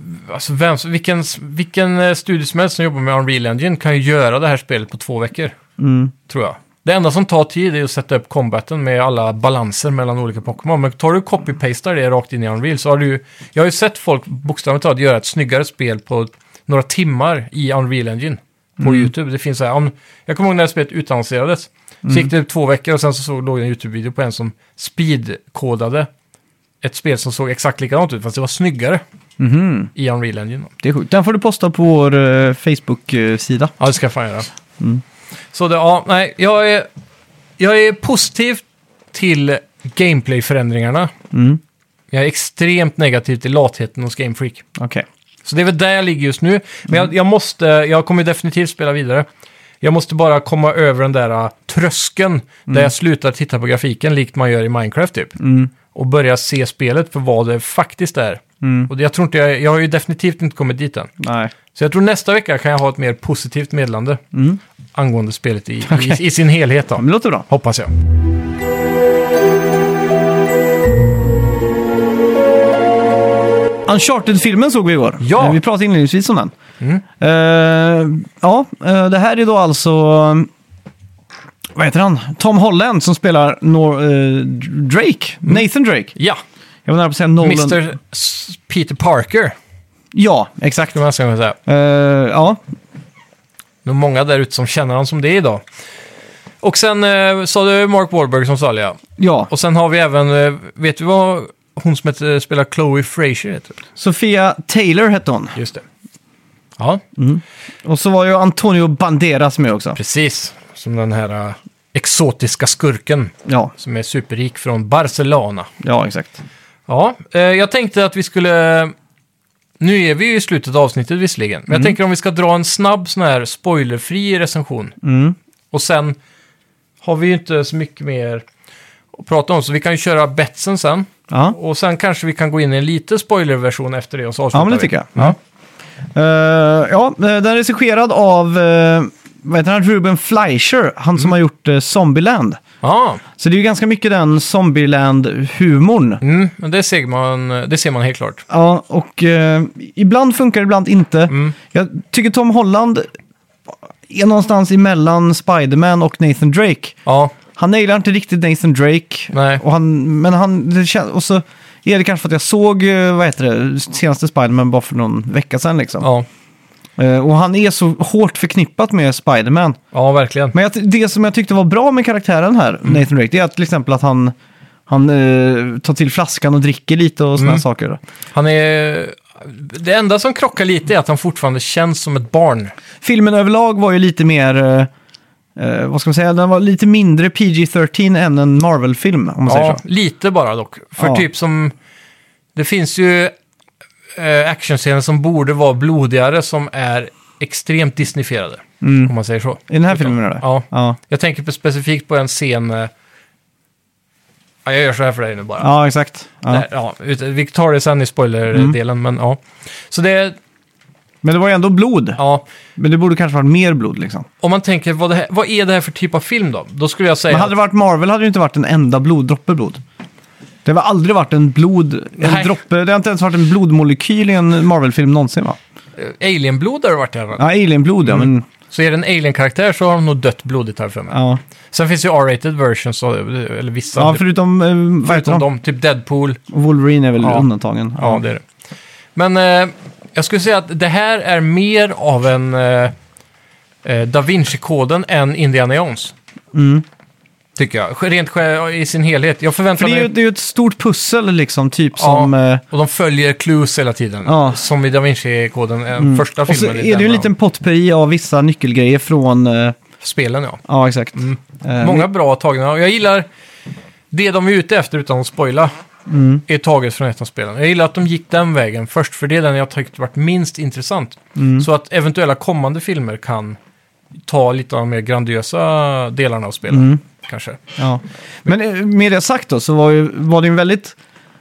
vilken studio som helst som jobbar med Unreal Engine kan ju göra det här spelet på 2 veckor. Tror jag. Det enda som tar tid är att sätta upp combaten med alla balanser mellan olika Pokémon. Men tar du copy-pastar det rakt in i Unreal så har du... Jag har ju sett folk bokstavligt talat göra ett snyggare spel på några timmar i Unreal Engine på YouTube. Det finns så här... Jag kommer ihåg när det spelet utannonserades. Så gick det 2 veckor och sen så låg en YouTube-video på en som speedkodade ett spel som såg exakt likadant ut, fast det var snyggare i Unreal Engine. Det är sjukt. Den får du posta på vår Facebook-sida. Ja, det ska jag fan göra. Så jag är positiv till gameplay-förändringarna. Jag är extremt negativ till latheten hos Game Freak. Okay. Så det är väl där jag ligger just nu. Men jag kommer definitivt spela vidare. Jag måste bara komma över den där tröskeln där jag slutar titta på grafiken likt man gör i Minecraft typ. Och börja se spelet för vad det faktiskt är. Och jag tror inte jag har ju definitivt inte kommit dit än. Nej. Så jag tror nästa vecka kan jag ha ett mer positivt meddelande angående spelet i sin helhet då. Ja, det låter bra. Hoppas jag. Uncharted-filmen såg vi igår. Ja. Vi pratade inledningsvis om den. Det här är då alltså... Vad heter han? Tom Holland som spelar Drake. Nathan Drake. Ja. Jag var nära på att säga Nolan. Mr. Peter Parker. Ja, exakt. Det ska man säga. Ja. Det är många där ute som känner han som det är idag. Och sen sa du Mark Wahlberg som sa det, ja. Och sen har vi även, vet du vad hon som spelar Chloe Fraser heter? Sophia Taylor hette hon. Just det. Ja, Och så var ju Antonio Banderas med också. precis. Som den här exotiska skurken Ja, som är superrik från Barcelona. ja exakt. Ja, jag tänkte att vi skulle... Nu är vi ju i slutet av avsnittet visserligen. Men jag tänker om vi ska dra en snabb sån här spoilerfri recension. Och sen har vi ju inte så mycket mer att prata om. Så vi kan ju köra betsen sen. Ja, Och sen kanske vi kan gå in i en lite spoilerversion efter det och så avslutar ja men det vi. tycker jag. Ja. Den är regisserad av vad heter han? Ruben Fleischer, han som har gjort Zombieland. Ja, Så det är ju ganska mycket den Zombieland-humorn. men det ser man helt klart. Ja, och ibland funkar det, ibland inte. Jag tycker Tom Holland är någonstans emellan Spider-Man och Nathan Drake. Ja, Han nailar inte riktigt Nathan Drake. nej. Och så är det kanske för att jag såg, senaste Spider-Man bara för någon vecka sedan liksom. Ja, Och han är så hårt förknippat med Spider-Man. ja verkligen. Men det som jag tyckte var bra med karaktären här, Nathan Drake, det är att till exempel att han tar till flaskan och dricker lite och såna saker. Han är... Det enda som krockar lite är att han fortfarande känns som ett barn. Filmen överlag var ju lite mer, vad ska man säga, den var lite mindre PG-13 än en Marvel-film, om man säger Ja, så. lite bara dock. För Ja. typ som... Det finns ju actionscener som borde vara blodigare som är extremt disneyfierade. Om man säger så. I den här filmen är det? Ja. Ja, Jag tänker specifikt på en scen... Ja, jag gör så här för dig nu bara. ja exakt. Ja. Nej, ja, vi tar det sen i spoiler-delen, men ja. Så det... Men det var ju ändå blod. Ja, Men det borde kanske varit mer blod liksom. om man tänker, vad är det här för typ av film då? Då skulle jag säga... Men hade det varit Marvel hade det inte varit en enda droppe blod. Det har aldrig varit en Nej. droppe, det har inte ens varit en blodmolekyl i en Marvel-film någonsin va? Alien-blod har det varit i alla fall. Ja, alien-blod ja, men Så är det en alien-karaktär så har de nog dött blodigt här för mig. ja. Sen finns ju R-rated versions, eller vissa. Ja, förutom, vad heter förutom de? dem, typ Deadpool. Wolverine är väl Ja. undantagen. Ja, det är det. Men jag skulle säga att det här är mer av en Da Vinci-koden än Indiana Jones. Tycker jag. Rent i sin helhet. Jag För förväntar det är, ju, mig... det är ju ett stort pussel liksom, typ Ja, som... och de följer clues hela tiden. Ja. Som i Da Vinci-koden, första och så filmen. är det ju en liten potpurri av vissa nyckelgrejer från... Spelen, ja. ja, exakt. Många bra tagna. Jag gillar det de är ute efter utan att spoila. Är taget från ett av spelen. Jag gillar att de gick den vägen först, för det är den jag tyckt varit minst intressant. Så att eventuella kommande filmer kan ta lite av de mer grandiösa delarna av spelen. Kanske. Ja. Men med det sagt då, så var det en väldigt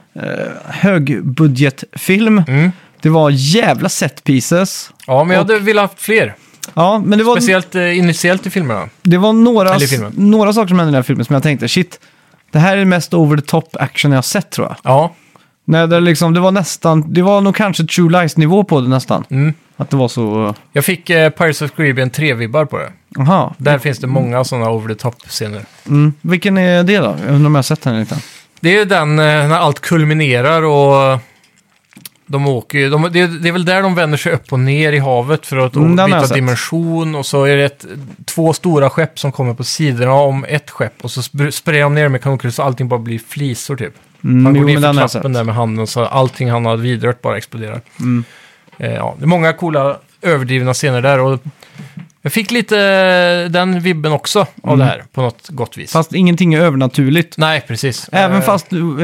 högbudgetfilm. Det var jävla set pieces. Ja, men jag hade velat ha fler. Ja, men det var... Speciellt initiellt i filmerna. Det var Eller i filmen. några saker som hände i den här filmen som jag tänkte, shit, det här är det mest over the top action jag har sett tror jag. Ja, Nej, det var nog kanske True Lies-nivå på det nästan. Att det var så... jag fick Pirates of the Caribbean 3-vibbar på det. Aha. Där finns det många sådana over the top-scener. Vilken är det då? Jag undrar om jag har sett den lite. Det är ju den när allt kulminerar och de åker det är väl där de vänder sig upp och ner i havet för att den har jag byta sett. dimension. Och så är det två stora skepp som kommer på sidorna om ett skepp. Och så sprayar de ner med kanonkulor så allting bara blir flisor typ. Han går jo, ner men den har för jag trappen sett. där med handen så allting han har vidrört bara exploderar. Ja, det är många coola överdrivna scener där. Och jag fick lite den vibben också av det här på något gott vis. Fast ingenting är övernaturligt. Nej, precis. Även fast...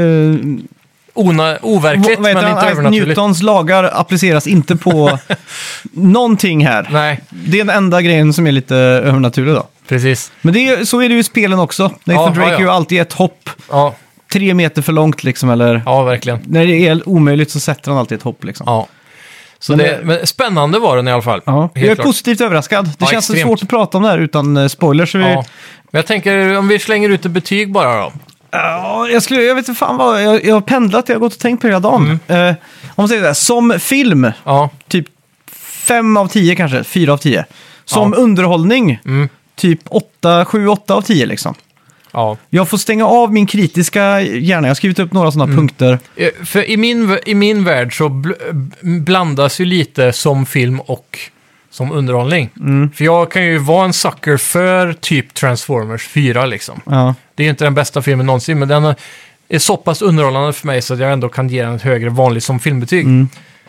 Overkligt, vad heter men han? inte Isaac övernaturligt. Newtons lagar appliceras inte på någonting här. Nej, Det är den enda grejen som är lite övernaturlig då. precis. Men så är det ju i spelen också. Nathan Drake är ju alltid ett hopp Ja, 3 meter för långt liksom, eller ja, verkligen. när det är omöjligt så sätter han alltid ett hopp liksom. Ja. Så Men men spännande var den i alla fall. Ja. Helt Jag är klart. positivt överraskad. Det Ja, känns så extremt. svårt att prata om det här utan spoilers. Så Ja. Men jag tänker, om vi slänger ut ett betyg bara då. jag vet inte fan vad, jag har pendlat, jag har gått och tänkt på det hela dagen. Om man säger det här, som film, Ja, typ 5 av 10 kanske, 4 av 10. Som underhållning, typ 7-8 av 10 liksom. ja. Jag får stänga av min kritiska hjärna. Jag har skrivit upp några sådana punkter. För i min värld så blandas ju lite som film och som underhållning. För jag kan ju vara en sucker för typ Transformers 4 liksom. Ja. Det är ju inte den bästa filmen någonsin, men den är så pass underhållande för mig så att jag ändå kan ge den ett högre vanligt som filmbetyg.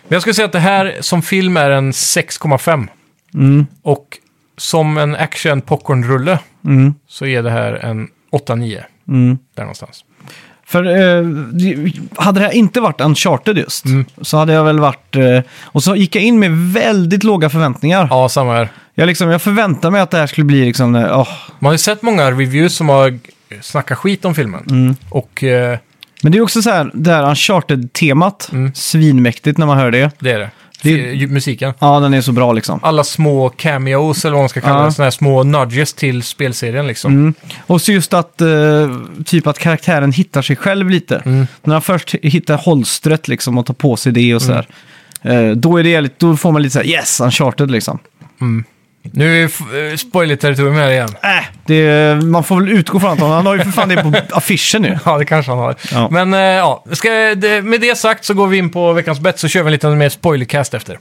Men jag skulle säga att det här som film är en 6,5. Och som en action popcornrulle så är det här en 8-9. Där någonstans. För hade det här inte varit Uncharted just, så hade jag väl varit... och så gick jag in med väldigt låga förväntningar. Ja, samma här. Jag förväntade mig att det här skulle bli liksom... Man har ju sett många reviews som har snackat skit om filmen. Och... men det är också så här, det här Uncharted-temat, svinmäktigt när man hör det. Det är det. Musiken. Ja, den är så bra liksom. Alla små cameos, eller vad man ska kalla det, såna här små nudges till spelserien liksom. Och så just att typ att karaktären hittar sig själv lite. När han först hittar hållstret liksom och tar på sig det och så här. Då är det då får man lite så här, yes, Uncharted liksom. Nu är spoiler-territorium här igen. Man får väl utgå från att han har ju för fan det på affischen nu. Ja, det kanske han har. Ja. Men med det sagt så går vi in på veckans bett, så kör vi en liten mer spoilercast efter.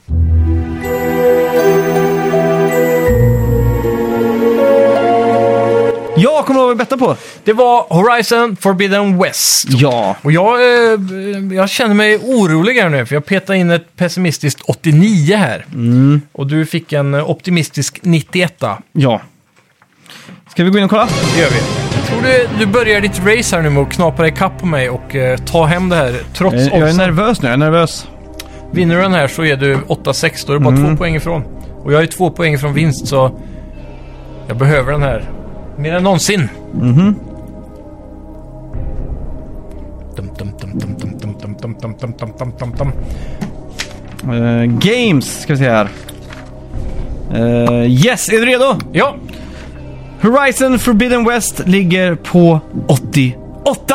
Ja, kommer du ihåg vad vi bettade på? Det var Horizon Forbidden West. Ja. Och jag känner mig orolig här nu, för jag petade in ett pessimistiskt 89 här. Och du fick en optimistisk 91. Ja. Ska vi gå in och kolla? Det gör vi. Jag tror du börjar ditt race här nu med att knapa dig kapp på mig och ta hem det här trots oddsen. Jag är nervös nu, Vinner du den här så är du 8-6, då är du bara 2 poäng ifrån. Och jag är 2 poäng ifrån vinst, så jag behöver den här mer än någonsin. Games, ska vi se här. Yes, är du redo? Ja. Horizon Forbidden West ligger på 88.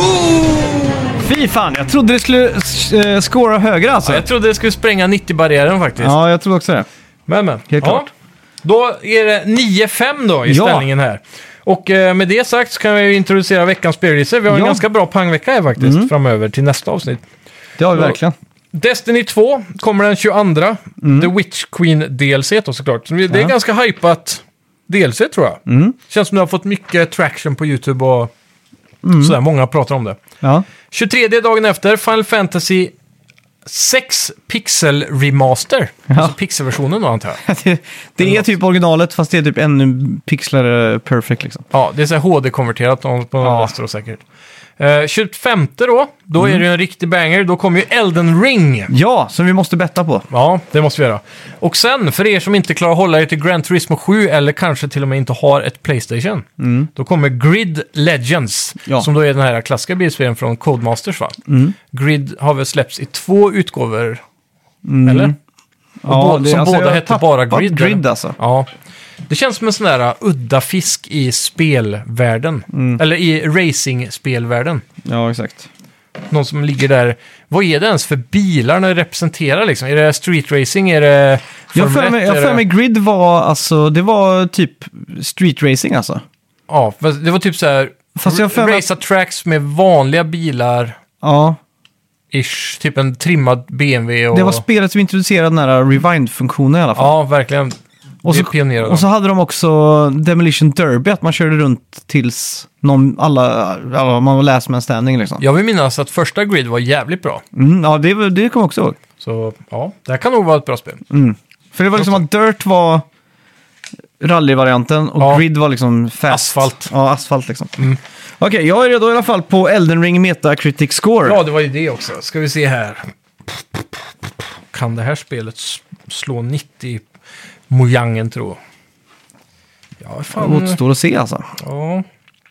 Fy fan, jag trodde det skulle scora högre alltså. Ja, jag trodde det skulle spränga 90-barriären faktiskt. Ja, jag trodde också det. Men. Helt klart. Då är det 9-5 då i ställningen här. Och med det sagt så kan vi introducera veckans spellistor. Vi har en ganska bra pangvecka här faktiskt framöver till nästa avsnitt. Det har vi verkligen. Destiny 2 kommer den 22. The Witch Queen DLC då såklart. Så det är ganska hypat DLC tror jag. Känns som du har fått mycket traction på YouTube och sådär. Många pratar om det. Ja. 23 dagen efter Final Fantasy 6 Pixel Remaster. Alltså pixelversionen då antar jag. det är typ originalet fast det är typ ännu pixlar perfect liksom. Ja, det är så här HD-konverterat på någon raster och säkert. 25 då är det en riktig banger. Då kommer ju Elden Ring. Ja, som vi måste betta på. Ja, det måste vi göra. Och sen, för er som inte klarar att hålla er till Gran Turismo 7 eller kanske till och med inte har ett PlayStation, då kommer Grid Legends, som då är den här klassiska bilspelen från Codemasters va? Grid har väl släppts i 2 utgåvor, eller? Ja, som båda hette bara Grid alltså. Ja. Det känns som en sån där udda fisk i spelvärlden. Eller i racing-spelvärlden. Ja, exakt. Någon som ligger där. Vad är det ens för bilar när det representerar liksom? Är det street racing? Är det jag för mig Grid var alltså, det var typ street racing alltså. Ja, det var typ så här race tracks med vanliga bilar. Ja. Ish, typ en trimmad BMW. Och... Det var spelet som introducerade den här rewind-funktionen i alla fall. Ja, verkligen. Och så hade de också Demolition Derby, att man körde runt tills man läste med en standing liksom. Jag vill minnas att första Grid var jävligt bra. Ja, det kommer jag också ihåg. Så ja, det här kan nog vara ett bra spel. För det var liksom att Dirt var rally-varianten och Grid var liksom fast. Asfalt. Ja, asfalt liksom. Okej, jag är redo i alla fall på Elden Ring Metacritic Score. Ja, det var ju det också. Ska vi se här. Kan det här spelet slå 90 mojangen, tror jag? Ja, fan. Det återstår att se alltså. Ja.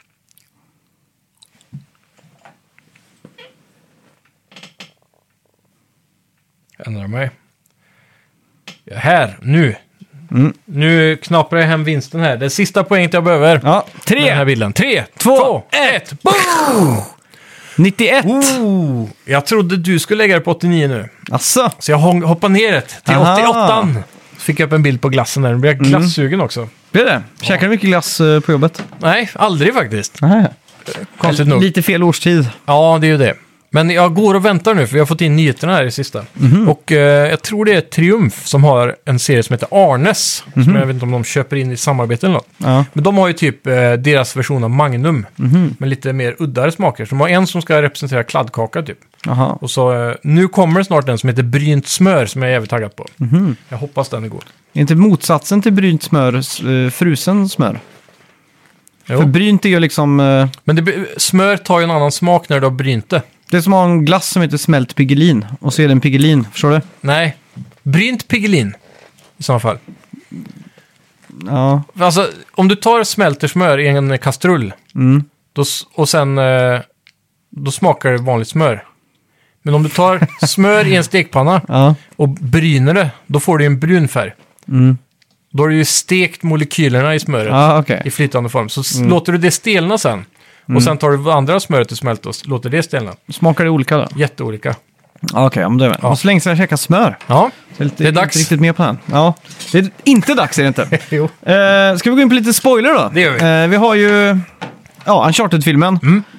Ändrar mig. Ja, här, nu. Nu knaprar jag hem vinsten här. Det sista poänget jag behöver. Ja, 3. Den här bilden. 3, 2, 1. Boom! 91. Jag trodde du skulle lägga det på 89 nu. Asså. Så jag hoppar ner det till 88. Fick jag upp en bild på glassen där. Nu blir jag glassugen också. Blir det? Käkar du mycket glass på jobbet? Nej, aldrig faktiskt. Konstigt nog. Lite fel årstid. Ja, det är ju det. Men jag går och väntar nu, för vi har fått in nyheterna här i sista. Och jag tror det är Triumf som har en serie som heter Arnes. Som jag vet inte om de köper in i samarbete eller något. Ja. Men de har ju typ deras version av Magnum. Med lite mer uddare smaker. Så de har en som ska representera kladdkaka typ. Aha. Och så, nu kommer det snart en som heter brynt smör som jag är jävligt taggad på. Jag hoppas den är god. Är inte motsatsen till brynt smör frusen smör? Jo. För brynt är ju liksom... Men smör tar ju en annan smak när du har brynt det. Det är som att ha en glass som heter smält Piggelin. Och så är det en Piggelin, förstår du? Nej, brynt Piggelin i så fall. Ja. Alltså, om du tar smälter smör i en kastrull och sen då smakar det vanligt smör. Men om du tar smör i en stekpanna och bryner det, då får du en brun färg. Då har du ju stekt molekylerna i smöret i flytande form. Så låter du det stelna sen. Och sen tar du andra smöret och smälter och låter det stelna. Smakar det olika då? Jätteolika. Okej, om det är och så länge sedan jag käkade smör. Ja, det är dags. Inte riktigt med på den. Ja, det är inte dags är det inte. Jo. Ska vi gå in på lite spoiler då? Det gör vi. Vi har ju Uncharted-filmen.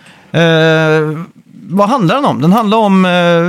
Vad handlar den om? Den handlar om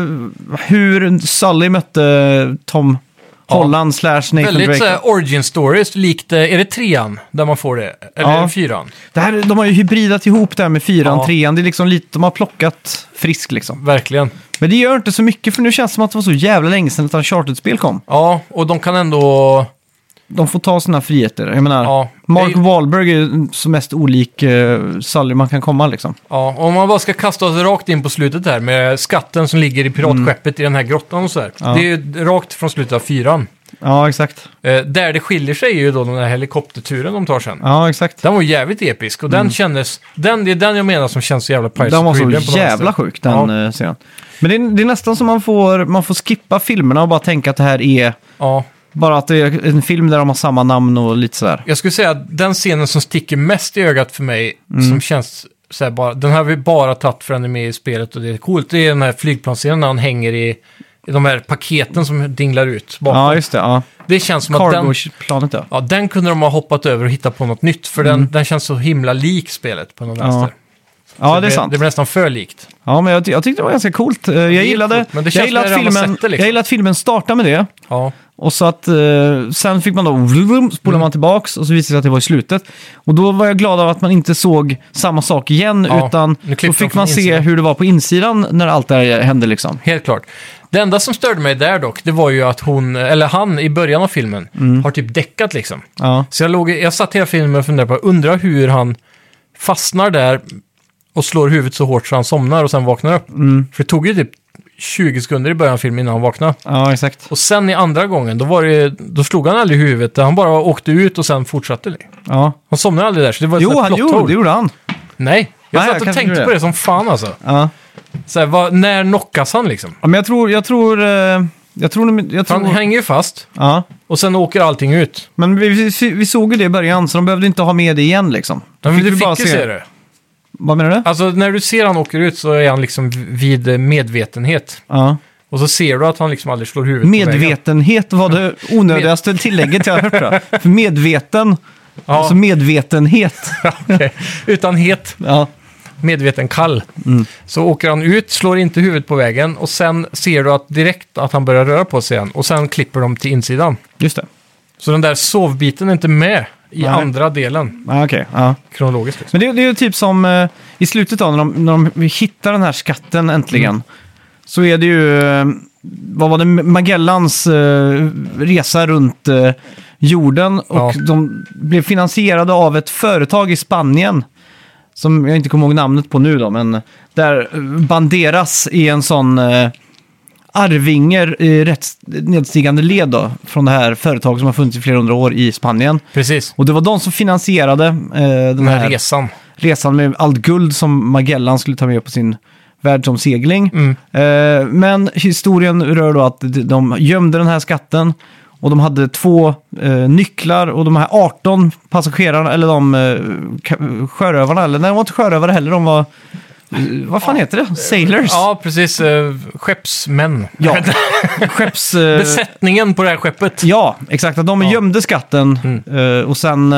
hur Sully mötte Tom Holland / Nathan väldigt Drake. origin stories, likt, är det 3:an där man får det? Eller är det 4:an? Det här, de har ju hybridat ihop det här med 4:an, 3:an. Det är liksom lite, de har plockat frisk liksom. Verkligen. Men det gör inte så mycket för nu känns det som att det var så jävla länge sedan ett Uncharted-spel kom. Ja, och de kan ändå... De får ta sina friheter. Jag menar, Mark Wahlberg är så mest olik Sully man kan komma liksom. Ja, om man bara ska kasta oss rakt in på slutet här med skatten som ligger i piratskeppet i den här grottan och så här. Det är ju rakt från slutet av 4:an. Ja, exakt. Där det skiljer sig är ju då den här helikopterturen de tar sen. Ja, exakt. Den var jävligt episk och den kändes... Det är den jag menar som känns så jävla Pirates Den of var Caribbean så jävla sjuk, den serien. Men det är nästan som man får skippa filmerna och bara tänka att det här är... Ja. Bara att det är en film där de har samma namn och lite sådär. Jag skulle säga att den scenen som sticker mest i ögat för mig, som känns så här bara... Den har vi bara tagit för den är med i spelet och det är coolt. Det är den här flygplansscenen när han hänger i de här paketen som dinglar ut bakom. Ja, just det. Ja. Det känns som att Cargo-planet, ja, den kunde de ha hoppat över och hittat på något nytt. För den känns så himla lik spelet på någon vänster. Ja, det är sant. Det blir nästan för likt. Ja, men jag tyckte det var ganska coolt. Jag gillade att filmen startade med det. Ja. Och så att sen fick man då spola man tillbaks och så visade det sig att det var i slutet. Och då var jag glad av att man inte såg samma sak igen, utan då fick man se hur det var på insidan när allt det här hände liksom. Helt klart. Det enda som störde mig där dock, det var ju att han i början av filmen har typ däckat liksom. Ja. Så jag satt hela filmen och funderade på, undrar hur han fastnar där och slår huvudet så hårt så han somnar och sen vaknar upp. För det tog ju typ 20 sekunder i början av filmen innan han vaknade. Ja, exakt. Och sen i andra gången, då slog han aldrig huvudet. Han bara åkte ut och sen fortsatte. Ja. Han somnade aldrig där, så det var det gjorde han. Nej, jag satt och tänkte på det som fan alltså. Ja. Så här, när knockas han liksom? Ja, men jag tror Han hänger ju fast. Ja. Och sen åker allting ut. Men vi såg ju det i början, så de behövde inte ha med det igen liksom. Ja, men du fick ju se det. Vad menar du? Alltså när du ser han åker ut så är han liksom vid medvetenhet. Ja. Och så ser du att han liksom aldrig slår huvudet Medvetenhet på vägen. Var det onödigaste tillägget jag har hört då. För medveten, alltså medvetenhet. Okay. Utan het. Ja. Medveten kall. Så åker han ut, slår inte huvudet på vägen och sen ser du direkt att han börjar röra på sig igen. Och sen klipper de till insidan. Just det. Så den där sovbiten är inte med i andra delen. Okej. Ja. Kronologiskt. Liksom. Men det är ju typ som i slutet då, när de hittar den här skatten äntligen. Så är det ju, vad var det, Magellans resa runt jorden. Och de blev finansierade av ett företag i Spanien. Som jag inte kommer ihåg namnet på nu då, men där Banderas i en sån arvinger i rätt nedstigande led då, från det här företaget som har funnits i flera hundra år i Spanien. Precis. Och det var de som finansierade den här resan med allt guld som Magellan skulle ta med på sin världsomsegling. Men historien rör då att de gömde den här skatten. Och de hade 2 nycklar och de här 18 passagerarna, eller de sjörövarna, eller nej, de var inte sjörövare heller, de var, vad fan heter det? Sailors? Ja, precis. Skeppsmän. Ja, besättningen på det här skeppet. Ja, exakt. Att de gömde skatten och sen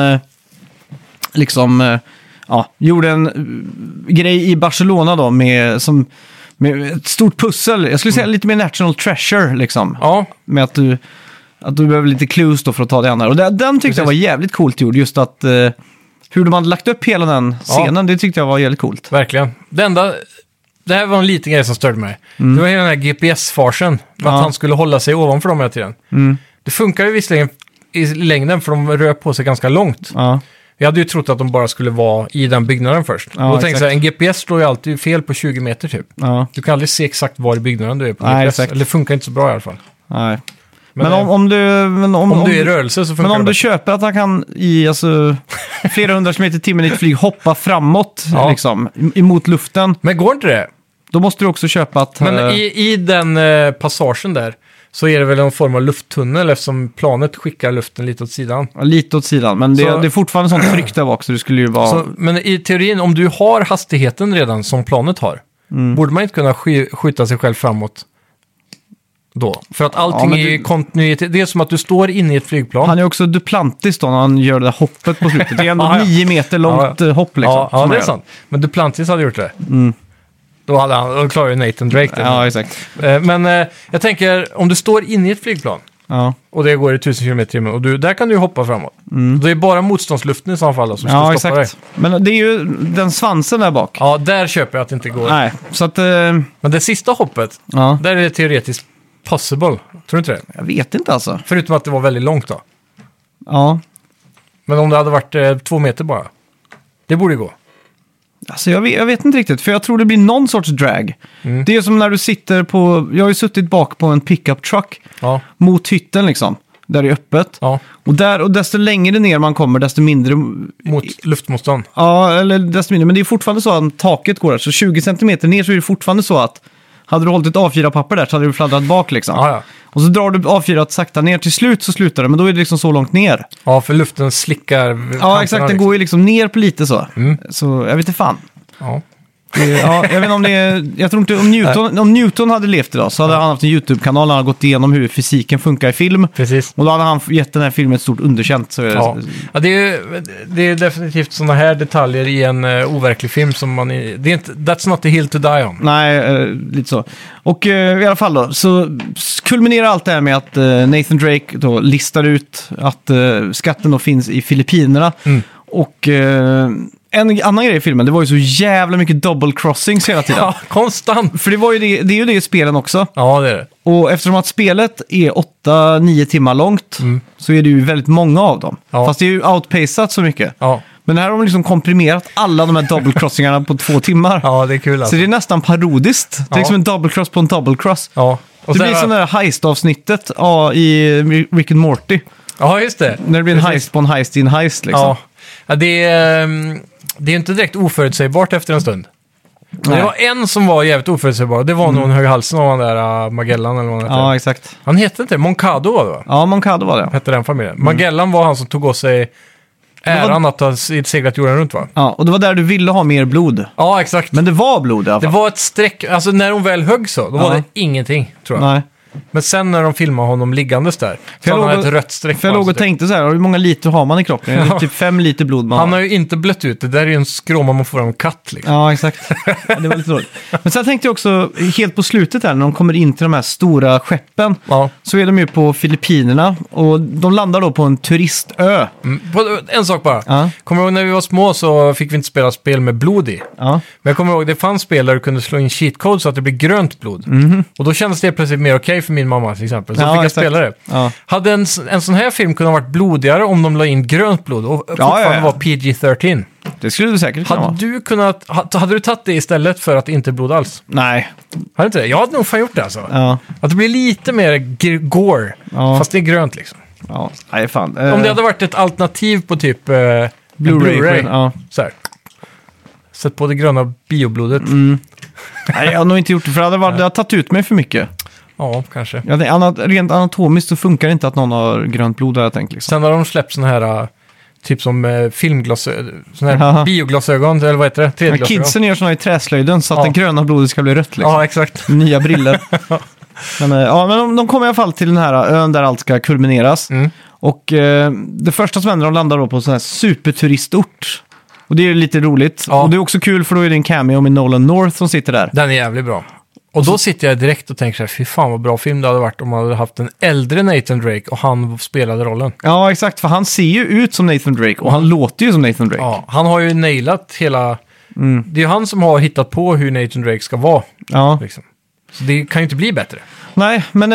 gjorde en grej i Barcelona då med ett stort pussel. Jag skulle säga lite mer National Treasure liksom. Ja. Med att du behöver lite clues då för att ta det andra. Och den tyckte jag var jävligt coolt gjord. Just att hur de hade lagt upp hela den scenen, det tyckte jag var jävligt coolt. Verkligen. Det enda det här var en liten grej som störde mig. Det var ju den här GPS-farsen. Att han skulle hålla sig ovanför dem hela tiden. Det funkar ju visserligen i längden för de rör på sig ganska långt. Ja. Jag hade ju trott att de bara skulle vara i den byggnaden först. Ja, och då tänkte jag så här, en exakt. GPS slår ju alltid fel på 20 meter typ. Ja. Du kan aldrig se exakt var i byggnaden du är på Nej, GPS. exakt. Eller det funkar inte så bra i alla fall. Nej. Men om du... om du är i rörelse så funkar Men om det du bättre. köper att han kan i flera hundra kilometer i timmen i ett flyg hoppa framåt Ja. liksom, emot luften, Men går inte det? då måste du också köpa att... Men i den passagen där så är det väl en form av lufttunnel eftersom planet skickar luften lite åt sidan. lite åt sidan, men det är fortfarande sånt tryck där bak så det skulle ju vara... Så, men i teorin, om du har hastigheten redan som planet har, borde man inte kunna skjuta sig själv framåt då? För att allting men är du- kontinuitet. Det är som att du står inne i ett flygplan. Han är också Duplantis då när han gör det där hoppet på slutet. Det är ändå Ja, ja. 9 meter långt hopp liksom. Ja, som han det är gör. sant. Men Duplantis hade gjort det. Då klarar ju Nathan Drake det. Ja, exakt. Men jag tänker, om du står inne i ett flygplan Ja, och det går i 1000 km i timmen och där kan du ju hoppa framåt. Det är bara motståndsluften i så fall då, som ska ja stoppa dig. exakt. Men det är ju den svansen där bak. Ja, där köper jag att det inte går. Nej, så att... Men det sista hoppet, ja, där är det teoretiskt possible. Tror du inte det? jag vet inte alltså. Förutom att det var väldigt långt då. Ja, Men om det hade varit 2 meter bara. Det borde gå. alltså jag vet inte riktigt, för jag tror det blir någon sorts drag. Det är som när du sitter på... Jag har ju suttit bak på en pickup truck Ja, mot hytten liksom, där det är öppet. ja. Och desto längre ner man kommer, desto mindre... Mot luftmotstånd. Ja, eller desto mindre. Men det är fortfarande så att taket går där. Så 20 centimeter ner så är det fortfarande så att hade du hållit ett A4-papper där så hade du fladdrat bak liksom. Ja, ja. Och så drar du A4 sakta ner. Till slut så slutar det, men då är det liksom så långt ner. Ja, för luften slickar Ja, kanterna, exakt. Den liksom. går ju liksom ner på lite så. Så jag vet inte fan. Ja. Ja, jag vet inte om det är... Jag tror inte... Om Newton hade levt idag så hade han haft en YouTube-kanal där han gått igenom hur fysiken funkar i film. Precis. Och då hade han gett den här filmen ett stort underkänt. Så Ja. Ja, det är definitivt sådana här detaljer i en overklig film som man... Det är inte, that's not the hill to die on. Nej, lite så. Och i alla fall då, så kulminerar allt det här med att Nathan Drake då listar ut att skatten då finns i Filippinerna. Och en annan grej i filmen, det var ju så jävla mycket double crossings hela tiden. Ja, konstant. För det är ju det i spelen också. Ja, det är det. Och eftersom att spelet är 8-9 timmar långt så är det ju väldigt många av dem. Ja. Fast det är ju outpacat så mycket. Ja, Men här har de liksom komprimerat alla de här double crossingarna på 2 timmar. ja det är kul Så alltså. det är nästan parodiskt. Det är Ja. liksom en double cross på en double cross. Ja. Och Det sen- blir som det där heist-avsnittet i Rick and Morty. Ja, just det. När det blir en heist på en heist i en heist liksom. Ja, ja det är inte direkt oförutsägbart efter en stund. Men Nej. det var en som var jävligt oförutsägbar. Det var någon hög halsen av den där Magellan eller vad han hette. Ja, exakt. Han hette inte Moncado var det va? Ja, Moncado var det. Hette den familjen. Magellan var han som tog åt sig äran att ha seglat jorden runt va? Ja, och det var där du ville ha mer blod. Ja, exakt. Men det var blod i alla Det fall. var ett streck, alltså när hon väl högg så, då var Ja. det ingenting tror jag. Nej. Men sen när de filmade honom liggandes där, så jag hade han låg ett och- rött streck För jag på låg och ansiktet. tänkte så här, hur många liter har man i kroppen? Det är Ja. typ 5 liter blod man Han har. har ju inte blött ut, det där är ju en skråma man får av en katt liksom. Ja, exakt. Det var lite dåligt. Men sen tänkte jag också, helt på slutet här, när de kommer in till de här stora skeppen, Ja. så är de ju på Filippinerna och de landar då på en turistö. En sak bara. Ja. Kommer du ihåg när vi var små så fick vi inte spela spel med blod i. Ja. Men jag kommer ihåg, det fanns spel där du kunde slå in cheat code så att det blev grönt blod. Och då kändes det plötsligt mer okej för min mamma till exempel. Så Ja, fick jag exakt. spela det. Ja. Hade en sån här film kunnat varit blodigare om de la in grönt blod och fortfarande ja. var PG-13? Det skulle du säkert kunna vara. Hade du tagit det istället för att inte blod alls? Nej. Hade inte det? Jag hade nog fan gjort det alltså. Ja. Att det blir lite mer gore, Ja. fast det är grönt liksom. Ja. Nej, fan. Om det hade varit ett alternativ på typ Blu-ray. Ja. Så här. Sätt på det gröna bioblodet. Nej, jag har nog inte gjort det, för det har tagit ut mig för mycket. Ja, kanske. Rent anatomiskt så funkar det inte att någon har grönt blod, har jag tänkt. Liksom. Sen har de släppt såna här, typ som såna här Jaha. bioglasögon, eller vad heter det? Men 3D-glasögon. kidsen gör såna i träslöjden så att Ja. det gröna blodet ska bli rött. Liksom. Ja, exakt. Nya briller. Men de kommer i alla fall till den här ön där allt ska kulmineras. Och det första som händer, de landar då på en sån här superturistort. Och det är ju lite roligt. Ja. Och det är också kul för då är det en cameo med Nolan North som sitter där. Den är jävligt bra. Och då sitter jag direkt och tänker så här, fy fan vad bra film det hade varit om man hade haft en äldre Nathan Drake och han spelade rollen. Ja, exakt. För han ser ju ut som Nathan Drake och han låter ju som Nathan Drake. Ja, han har ju nailat hela Det är ju han som har hittat på hur Nathan Drake ska vara. Ja. Liksom. Så det kan ju inte bli bättre. Nej, men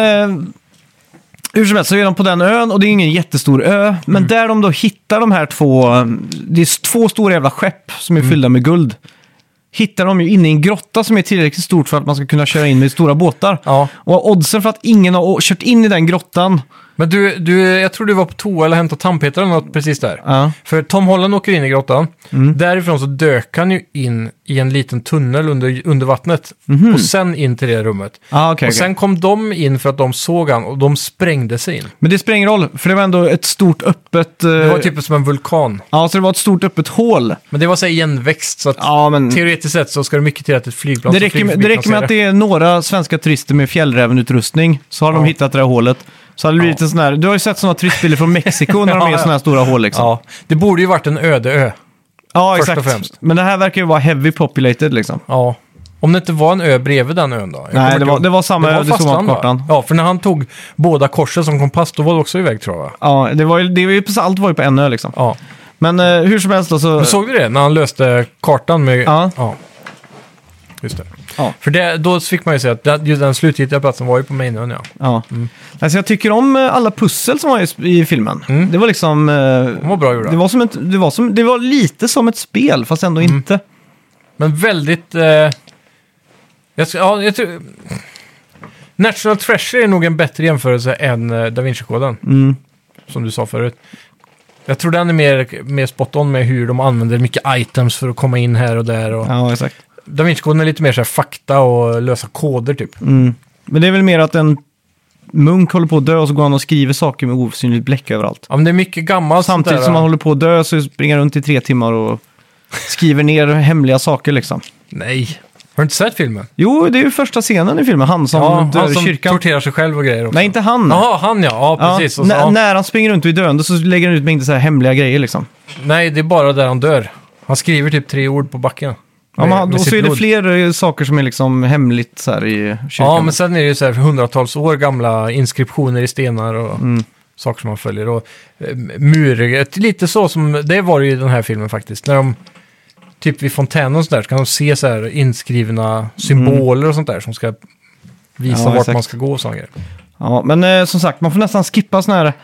hur som helst så är de på den ön och det är ingen jättestor ö. Men där de då hittar de här det är 2 stora jävla skepp som är fyllda med guld. Hittar de ju inne i en grotta som är tillräckligt stort för att man ska kunna köra in med stora båtar. Ja. Och oddsen för att ingen har kört in i den grottan. Men jag tror du var på toa eller hämtade tandpetare eller något precis där. Ja. För Tom Holland åker in i grottan. Därifrån så dök han ju in i en liten tunnel under vattnet. Och sen in till det rummet. Okay. Sen kom de in för att de såg han och de sprängde sig in. Men det spelar ingen roll, för det var ändå ett stort öppet... Det var typ som en vulkan. Ja, så det var ett stort öppet hål. Men det var så igenväxt, så att teoretiskt sett så ska det mycket till att ett flygplan... Det räcker med att det är några svenska turister med fjällrävenutrustning, så har de hittat det här hålet. Så hade det blivit en sån här... Du har ju sett såna turistbilder från Mexiko när de är i såna här stora hål liksom. Ja, det borde ju varit en öde ö. Ja, exakt. Men det här verkar ju vara heavy populated liksom. Ja. Om det inte var en ö bredvid den ön då? Nej, det var samma ö, det såg man på kartan. Ja, för när han tog båda korsen som kompass, då var det också iväg tror jag. Ja, allt var ju på en ö liksom. Ja. Men hur som helst då så... Men såg du det när han löste kartan med... Ja. Just det. Ja. För då fick man ju säga att just den slutgiltiga platsen var ju på mainön, ja. Alltså jag tycker om alla pussel som var i filmen. Det var liksom... De var bra gjorda. Det var lite som ett spel, fast ändå inte. Men väldigt... jag tror... National Treasure är nog en bättre jämförelse än Da Vinci-koden. Som du sa förut. Jag tror den är mer spot on med hur de använder mycket items för att komma in här och där. Ja, exakt. Da Vinci-koden är lite mer så här fakta och lösa koder typ. Men det är väl mer att en munk håller på att dö och så går han och skriver saker med osynligt bläck överallt. Ja, men det är mycket gammalt. Samtidigt som han håller på att dö så springer han runt i 3 timmar och skriver ner hemliga saker liksom. Nej. Har du inte sett filmen? Jo, det är ju första scenen i filmen. Han som dör i kyrkan. Torterar sig själv och grejer också. Nej, inte han. Jaha, han ja. Ja, precis. När han springer runt vid döende så lägger han ut mängder så här hemliga grejer liksom. Nej, det är bara där han dör. Han skriver typ 3 ord på backen. Och så är det fler saker som är liksom hemligt så här i kyrkan. Ja, men sen är det ju så här hundratals år gamla inskriptioner i stenar och saker som man följer. Och murer, lite så som det var ju i den här filmen faktiskt. När de, typ vid fontänen och sådär, så kan de se så här inskrivna symboler och sånt där som ska visa vart man ska gå och sådana grejer. Ja, men som sagt, man får nästan skippa sådana här...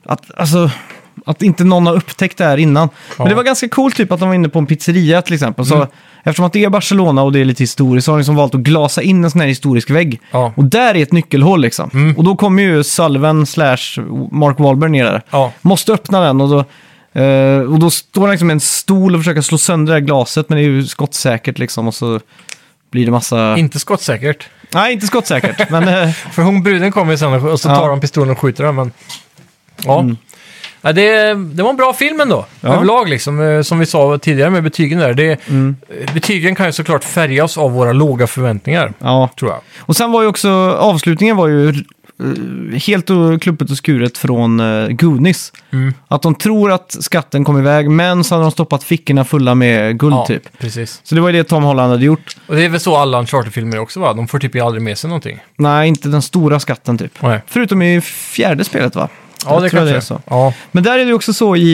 Att inte någon har upptäckt det här innan. Men det var ganska coolt typ att de var inne på en pizzeria till exempel. Så, eftersom att det är Barcelona och det är lite historiskt så har de liksom valt att glasa in en sån här historisk vägg. Ja. Och där är ett nyckelhål liksom. Och då kommer ju Sullivan / Mark Wahlberg ner där. Ja. Måste öppna den och då står det liksom en stol och försöker slå sönder det här glaset, men det är ju skottsäkert liksom. Och så blir det massa... Inte skottsäkert. Nej, inte skottsäkert. Men, för hon bruden kommer ju sen och så tar de pistolen och skjuter den. Men... Ja. Ja, det var en bra film ändå, överlag liksom, som vi sa tidigare med betygen där. Betygen kan ju såklart färgas av våra låga förväntningar, tror jag. Och sen var ju också, avslutningen var ju helt och kluppet och skuret från Goonies. Att de tror att skatten kom iväg, men så hade de stoppat fickorna fulla med guld typ. Precis. Så det var ju det Tom Holland hade gjort. Och det är väl så alla Uncharted-filmer också, va? De får typ aldrig med sig någonting. Nej, inte den stora skatten typ. Nej. Förutom i 4:e spelet, va? Ja, det kanske är så. Ja. Men där är det också så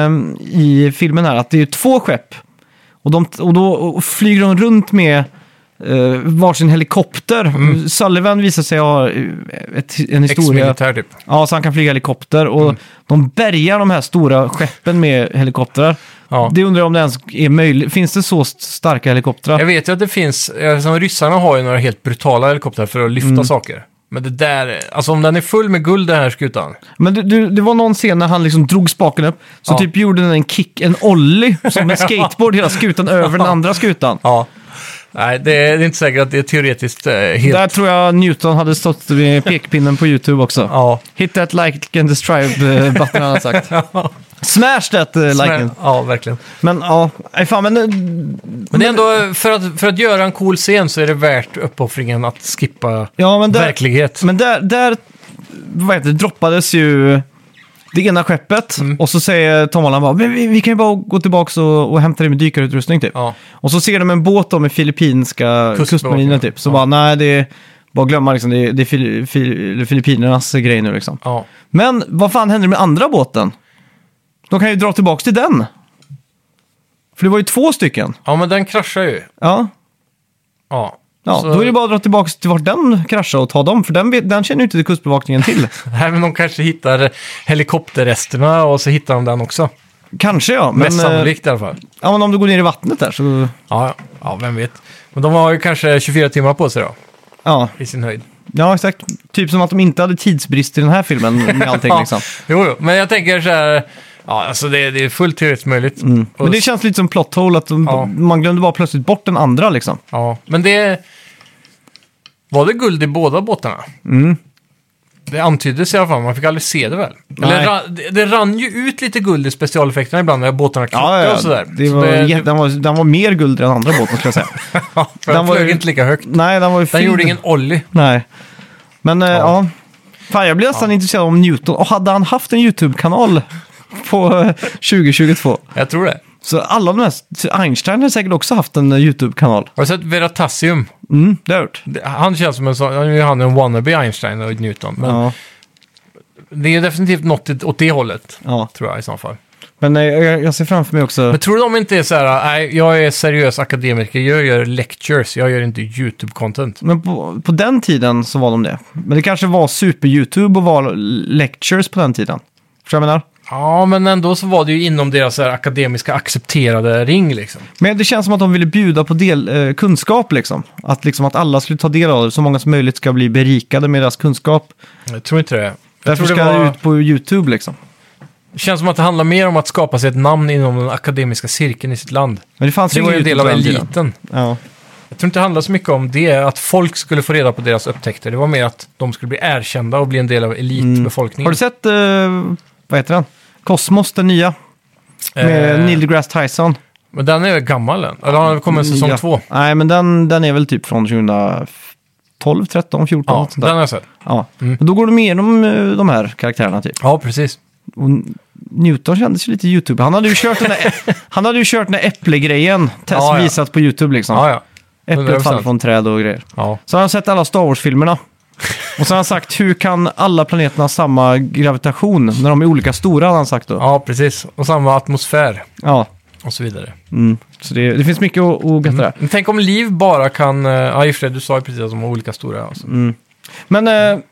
i filmen här att det är 2 skepp. Och då flyger de runt med varsin helikopter. Sullivan visar sig ha en historia. Ex-militär typ. Ja, så han kan flyga helikopter. Och de bärgar de här stora skeppen med helikoptrar. Ja. Det undrar jag om det ens är möjligt. Finns det så starka helikoptrar? Jag vet ju att det finns. Som ryssarna har ju några helt brutala helikoptrar för att lyfta saker. Men det där, alltså om den är full med guld den här skutan. Men det var någon scen när han liksom drog spaken upp. Så typ gjorde den en ollie som en skateboard hela skutan över den andra skutan. Ja. Nej, det är inte säkert att det är teoretiskt helt... Där tror jag Newton hade stått med pekpinnen på YouTube också. Ja. Hit that like and describe button han har sagt. Smash that like. Ja, verkligen. Men ja, men det är ändå, för att göra en cool scen så är det värt uppoffringen att skippa verklighet. Men där droppades ju det ena skeppet och så säger Tom Holland bara, vi kan ju bara gå tillbaka och hämta det med dykarutrustning typ. Ja. Och så ser de en båt med filippinska kustmarinen typ. Så bara, nej det är bara glömma liksom, det är Filippinernas grej nu liksom. Ja. Men vad fan händer med andra båten? De kan ju dra tillbaka till den. För det var ju 2 stycken. Ja, men den kraschar ju. Ja. Ja. Ja, Så- då är det bara att dra tillbaka till vart den kraschar och ta dem. För den känner ju inte till kustbevakningen till. Nej, men de kanske hittar helikopterresterna och så hittar de den också. Kanske ja, men, Mest sannolikt i alla fall. ja, men om du går ner i vattnet där så... Ja, vem vet. Men de har ju kanske 24 timmar på sig då, Ja, i sin höjd. ja exakt. Typ som att de inte hade tidsbrist i den här filmen med allting liksom. Jo, men jag tänker så här... Ja, alltså det är fullt teoretiskt möjligt. Och, Men det känns lite som plot hole, att man glömde bara plötsligt bort den andra liksom. ja, men det... Var det guld i båda båtarna? Det antyddes i alla fall, man fick aldrig se det väl? Nej. Eller det rann ju ut lite guld i specialeffekterna ibland när båtarna krockade och sådär. Den var mer guld än den andra båten skulle jag säga. För den flög inte lika högt. Nej, den var ju Den gjorde ingen ollie. Nej. Men ja. Fan, jag blir nästan intresserad om Newton. Och hade han haft en YouTube-kanal på 2022? Jag tror det. Så alla de här... Einstein har säkert också haft en YouTube-kanal. Har du sett Veritasium? Det har jag gjort. Han känns som en wannabe Einstein och Newton. Men Ja. det är definitivt något åt det hållet, Ja. tror jag i så fall. Men jag ser framför mig också... Men tror du de inte är så här, nej, jag är seriös akademiker, jag gör lectures, jag gör inte YouTube-content. Men på den tiden så var de det. Men det kanske var super-YouTube och var lectures på den tiden. Förstår jag menar? Ja, men ändå så var det ju inom deras så här akademiska accepterade ring liksom. Men det känns som att de ville bjuda på kunskap liksom. Att alla skulle ta del av det. Så många som möjligt ska bli berikade med deras kunskap. Jag tror inte det. Jag Därför tror ska det ut på YouTube liksom. Det känns som att det handlar mer om att skapa sig ett namn inom den akademiska cirkeln i sitt land. Men det fanns Det ju var ju en YouTube del av på den tiden. eliten. Ja. Jag tror inte det handlar så mycket om det, att folk skulle få reda på deras upptäckter. Det var mer att de skulle bli erkända och bli en del av elitbefolkningen. Har du sett, vad heter den? Cosmos, den nya. Med Neil deGrasse Tyson. Men den är gammal än. Eller har det kommit en säsong Ja. 2? Nej, men den är väl typ från 2012, 13, 14. Ja, något sånt där. den har jag sett. Ja. Och då går de igenom de här karaktärerna typ. Ja, precis. Och Newton kändes ju lite YouTube. Han hade ju kört den där äpplegrejen. Ja, ja. Visat på YouTube liksom. Ja, ja. Äpplet 100%. faller från träd och grejer. Ja. Så har han sett alla Star Wars-filmerna. Och så har han sagt, hur kan alla planeterna ha samma gravitation när de är olika stora, har han sagt då. Ja, precis. Och samma atmosfär Ja. och så vidare. Så det finns mycket att götta där. Men tänk om liv bara kan... Ja, i och för sig, du sa ju precis att de har olika stora. Alltså. Men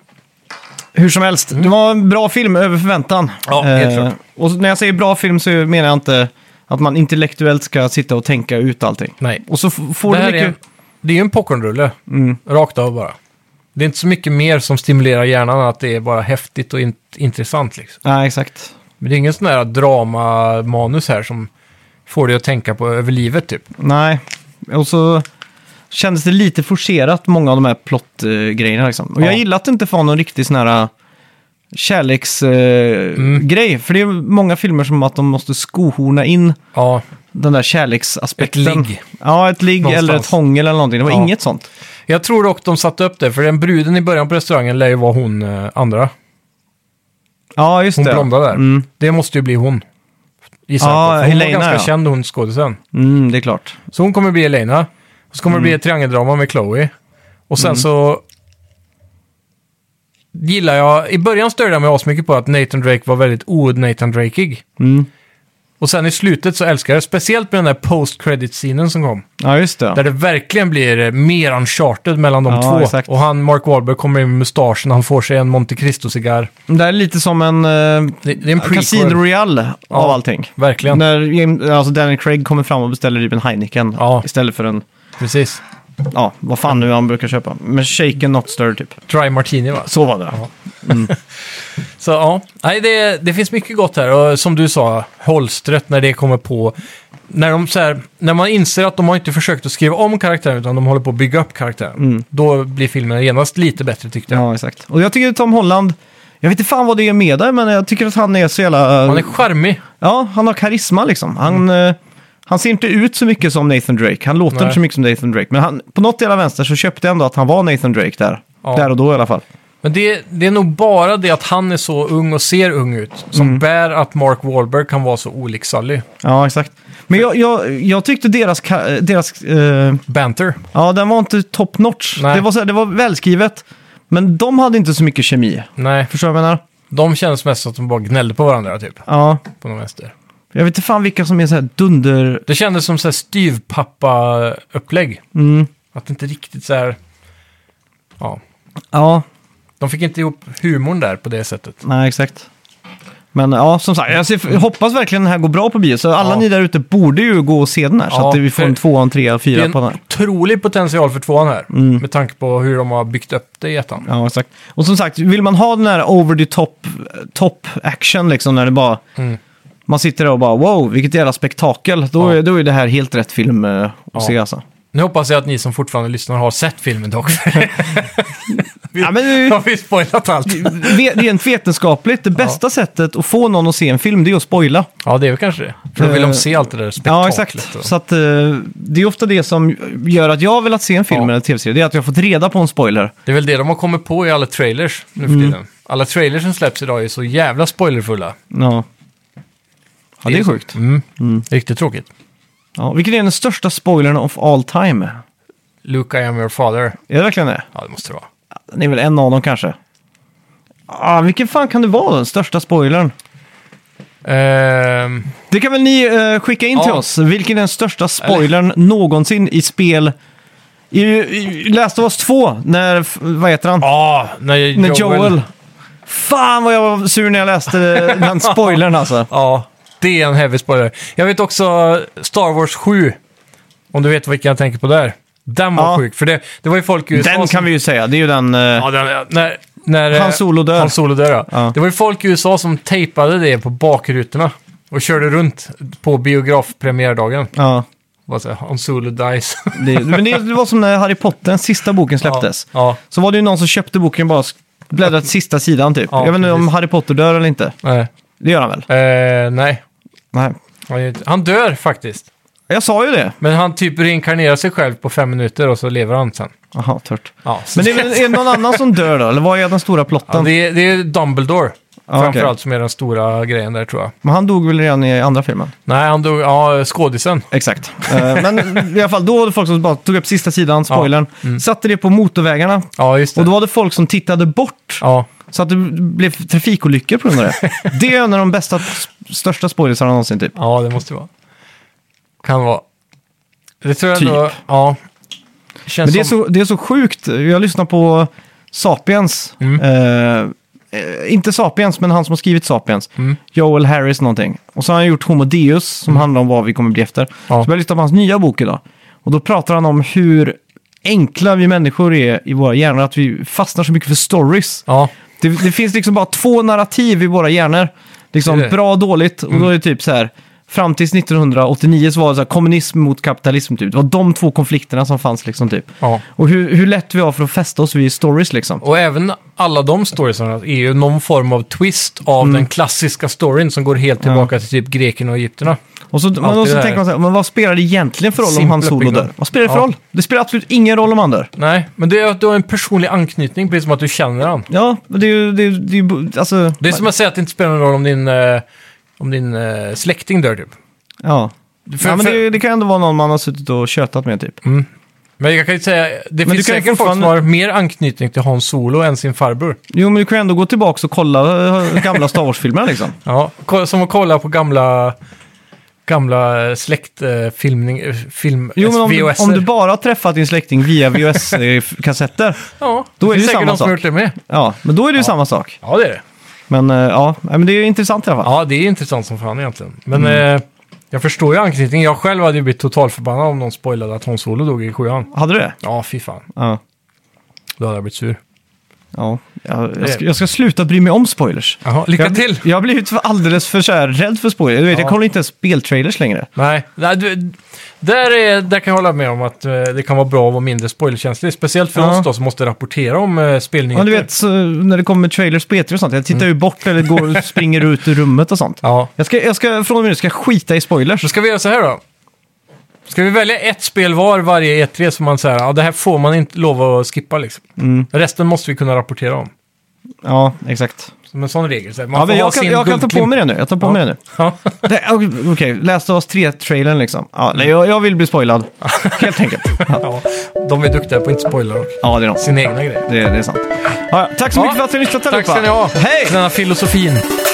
hur som helst, det var en bra film över förväntan. Ja, helt klart. Och när jag säger bra film så menar jag inte att man intellektuellt ska sitta och tänka ut allting. Nej. Och så får Det du här mycket... det är ju en popcornrulle. Rakt av bara. Det är inte så mycket mer som stimulerar hjärnan än att det är bara häftigt och intressant liksom. Nej, exakt. Men det är ingen sån här dramamanus här som får dig att tänka på över livet typ. Nej, och så kändes det lite forcerat, många av de här plottgrejerna liksom. Och jag gillar att det inte var någon riktig sån här kärleksgrej. För det är många filmer som att de måste skohorna in Ja, den där kärleksaspekten. Ett ligg. Ja, ett ligg Någonstans. eller ett hångel eller någonting. Det var Ja. inget sånt. jag tror dock de satte upp det, för den bruden i början på restaurangen lär ju vara hon andra. Ja, just Hon det. blonda där. Det måste ju bli hon. Gissar Ja, jag på. För hon var Elena, ganska ja. känd, hon skådisen. Det är klart. Så hon kommer bli Elena. Och så kommer det bli ett triangeldrama med Chloe. Och sen så gillar jag... I början störde jag mig asmycket på att Nathan Drake var väldigt Nathan Drakeig. Och sen i slutet så älskar jag det. Speciellt med den där post-credit-scenen som kom. Ja, just det. Där det verkligen blir mer uncharted mellan de Ja, två. exakt. Och Mark Wahlberg kommer in med mustaschen. Han får sig en Monte Cristo-cigarr. Det är lite som en Det är en prequel. Casino Royale av allting. Verkligen. När Daniel Craig kommer fram och beställer typ en Heineken istället för en... Precis. Ja, vad fan nu han brukar köpa. Men shaken not stirred typ. Dry martini va? Så var det. Så ja, nej, det finns mycket gott här. Och som du sa, hållstret när det kommer på. När man inser att de har inte försökt att skriva om karaktären utan de håller på att bygga upp karaktären. Då blir filmen genast lite bättre tyckte jag. Ja, exakt. Och jag tycker Tom Holland... Jag vet inte fan vad det är med det, men jag tycker att han är så jävla... Han är charmig. Ja, han har karisma liksom. Han ser inte ut så mycket som Nathan Drake. Han låter inte så mycket som Nathan Drake. Men på något jävla vänster så köpte jag ändå att han var Nathan Drake där. Ja. Där och då i alla fall. Men det är nog bara det att han är så ung och ser ung ut som bär att Mark Wahlberg kan vara så olik Sully. Ja, exakt. Men jag tyckte deras Banter. ja, den var inte top notch. Nej. Det var välskrivet. Men de hade inte så mycket kemi. Nej, Förstår du vad jag menar? de känns mest som att de bara gnällde på varandra typ. Ja. På någon vänster. Jag vet inte fan vilka som är så här dunder... Det kändes som så här styvpappa-upplägg. Att det inte riktigt så här... Ja. Ja, De fick inte ihop humorn där på det sättet. nej exakt. Men ja, som sagt, jag hoppas verkligen den här går bra på bio. Så alla ni där ute borde ju gå och se den här. Så att vi får en 2, 3, 4 på den här. Det är en otrolig potential för 2 här. Med tanke på hur de har byggt upp det i 1. Ja, exakt. Och som sagt, vill man ha den här over the top action liksom, när det bara... Man sitter där och bara, wow, vilket jävla spektakel. Då är det här helt rätt film att se alltså. Nu hoppas jag att ni som fortfarande lyssnar har sett filmen dock. Ja, men har vi spoilat allt? Rent vetenskapligt, det bästa sättet att få någon att se en film, det är att spoila. Ja, det är väl kanske det. För då vill de se allt det där spektaklet. Ja, exakt. Så att det är ofta det som gör att jag har velat se en film eller en tv-serie. Det är att jag har fått reda på en spoiler. Det är väl det de har kommit på i alla trailers nu för tiden. Alla trailers som släpps idag är så jävla spoilerfulla. Ja, det är sjukt. Riktigt tråkigt. Ja, vilken är den största spoilern of all time? Luke, I am your father. Är det verkligen det? Ja, det måste det vara. Det är väl en av dem kanske. Vilken fan kan det vara den största spoilern? Det kan väl ni skicka in till oss. Vilken är den största spoilern någonsin i spel? I Last of Us 2, när, vad heter han? När Joel. Fan vad jag var sur när jag läste den spoilern alltså. Ja, det är en heavy spoiler. Jag vet också Star Wars 7. Om du vet vilken jag tänker på där. Den var sjuk, för det var ju folk i USA den kan vi ju säga, det är ju den... när Han Solo dör. Han Solo dör, ja. Det var ju folk i USA som tejpade det på bakrutorna och körde runt på biografpremiärdagen. Ja. Vad säger Han Solo dies. Men det var som när Harry Potter, den sista boken släpptes. Ja. Så var det ju någon som köpte boken bara bläddrat till sista sidan typ. Ja, jag vet inte om Harry Potter dör eller inte. Nej. Det gör han väl? Nej. Han dör faktiskt. Jag sa ju det. Men han typ reinkarnerar sig själv på 5 minuter och så lever han sen. Jaha, tört. Ja, men är det någon annan som dör då? Eller vad är den stora plotten? Ja, det är Dumbledore. Framförallt okay. Som är den stora grejen där, tror jag. Men han dog väl redan i andra filmen? Nej, han dog, skådisen. Exakt. Men i alla fall, då var det folk som bara tog upp sista sidan, spoilern. Satte det på motorvägarna. Ja, just det. Och då var det folk som tittade bort. Ja. Så att det blev trafikolyckor på grund av det. Det är en av de bästa, största spoilersarna någonsin typ. Ja, det måste vara. Kan vara. Det tror jag typ. Då, ja. Men det är så sjukt. Jag lyssnar på Sapiens. Inte Sapiens, men han som har skrivit Sapiens. Joel Harris någonting. Och så har han gjort Homo Deus, som handlar om vad vi kommer bli efter. Så jag lyssnar på hans nya bok idag. Och då pratar han om hur enkla vi människor är i våra hjärnor. Att vi fastnar så mycket för stories. Ja. Det finns liksom bara 2 narrativ i våra hjärnor. Liksom bra och dåligt. Och då är det typ så här... Fram till 1989 så var det så här, kommunism mot kapitalism typ. Det var de 2 konflikterna som fanns liksom typ. Ja. Och hur lätt vi har för att fästa oss vid stories liksom. Och även alla de storiesarna är ju någon form av twist av den klassiska storyn som går helt tillbaka till typ grekerna och egypterna. Och så tänker man så här, men vad spelar det egentligen för roll om Han Solo dör? Vad spelar det för roll? Det spelar absolut ingen roll om han dör. Nej, men det är att du har en personlig anknytning, precis som att du känner han. Ja, det är alltså... Det är som att säga att det inte spelar någon roll om din släkting dör typ. Ja. Men det kan ändå vara någon man har suttit och tjötat med typ. Men jag kan ju säga, det finns säkert folk som har mer anknytning till Han Solo än sin farbror. Jo, men du kan ändå gå tillbaka och kolla gamla Star Wars-filmer liksom. Ja, som att kolla på gamla släktfilm. Jo, men om du bara har träffat din släkting via VHS-kassetter, då är det ju samma sak. Gjort det med. Ja, men då är det ju samma sak. Ja, det är det. Men men det är ju intressant i alla fall. Ja, det är intressant som fan egentligen. Men jag förstår ju anknytning. Jag själv hade ju blivit totalförbannad om någon spoilade att Han Solo dog i 7:an. Hade du det? Ja, fy fan. Ja. Då hade jag blivit sur. Ja, jag ska sluta bry mig om spoilers. Jaha, lycka till! Jag har blivit alldeles för så här rädd för spoilers. Du vet, jag kollar inte ens speltrailers längre. Nej, där kan jag hålla med om att det kan vara bra att vara mindre spoilerkänslig. Speciellt för oss då som måste rapportera om spelnyheter. Ja, du vet, när det kommer trailers på E3 och sånt. Jag tittar ju bort eller går och springer ut ur rummet och sånt. Ja. Jag ska från och med nu ska jag skita i spoilers. Så ska vi göra så här då. Ska vi välja ett spel varje E3 som man säger, det här får man inte lov att skippa liksom. Resten måste vi kunna rapportera om. Ja, exakt. Som en sån regel. Så jag kan ta på mig det nu. Jag tar på mig det nu. Ja. Okej, Last of Us 3-trailern liksom. Ja, jag vill bli spoilad. Helt enkelt. Ja, de är duktiga på att inte spoila dock. Ja, det är de. Sina egna grejer. Det är sant. Ja, tack så mycket för att ni lyssnade. Tack ska ni ha. Hej! Denna filosofin.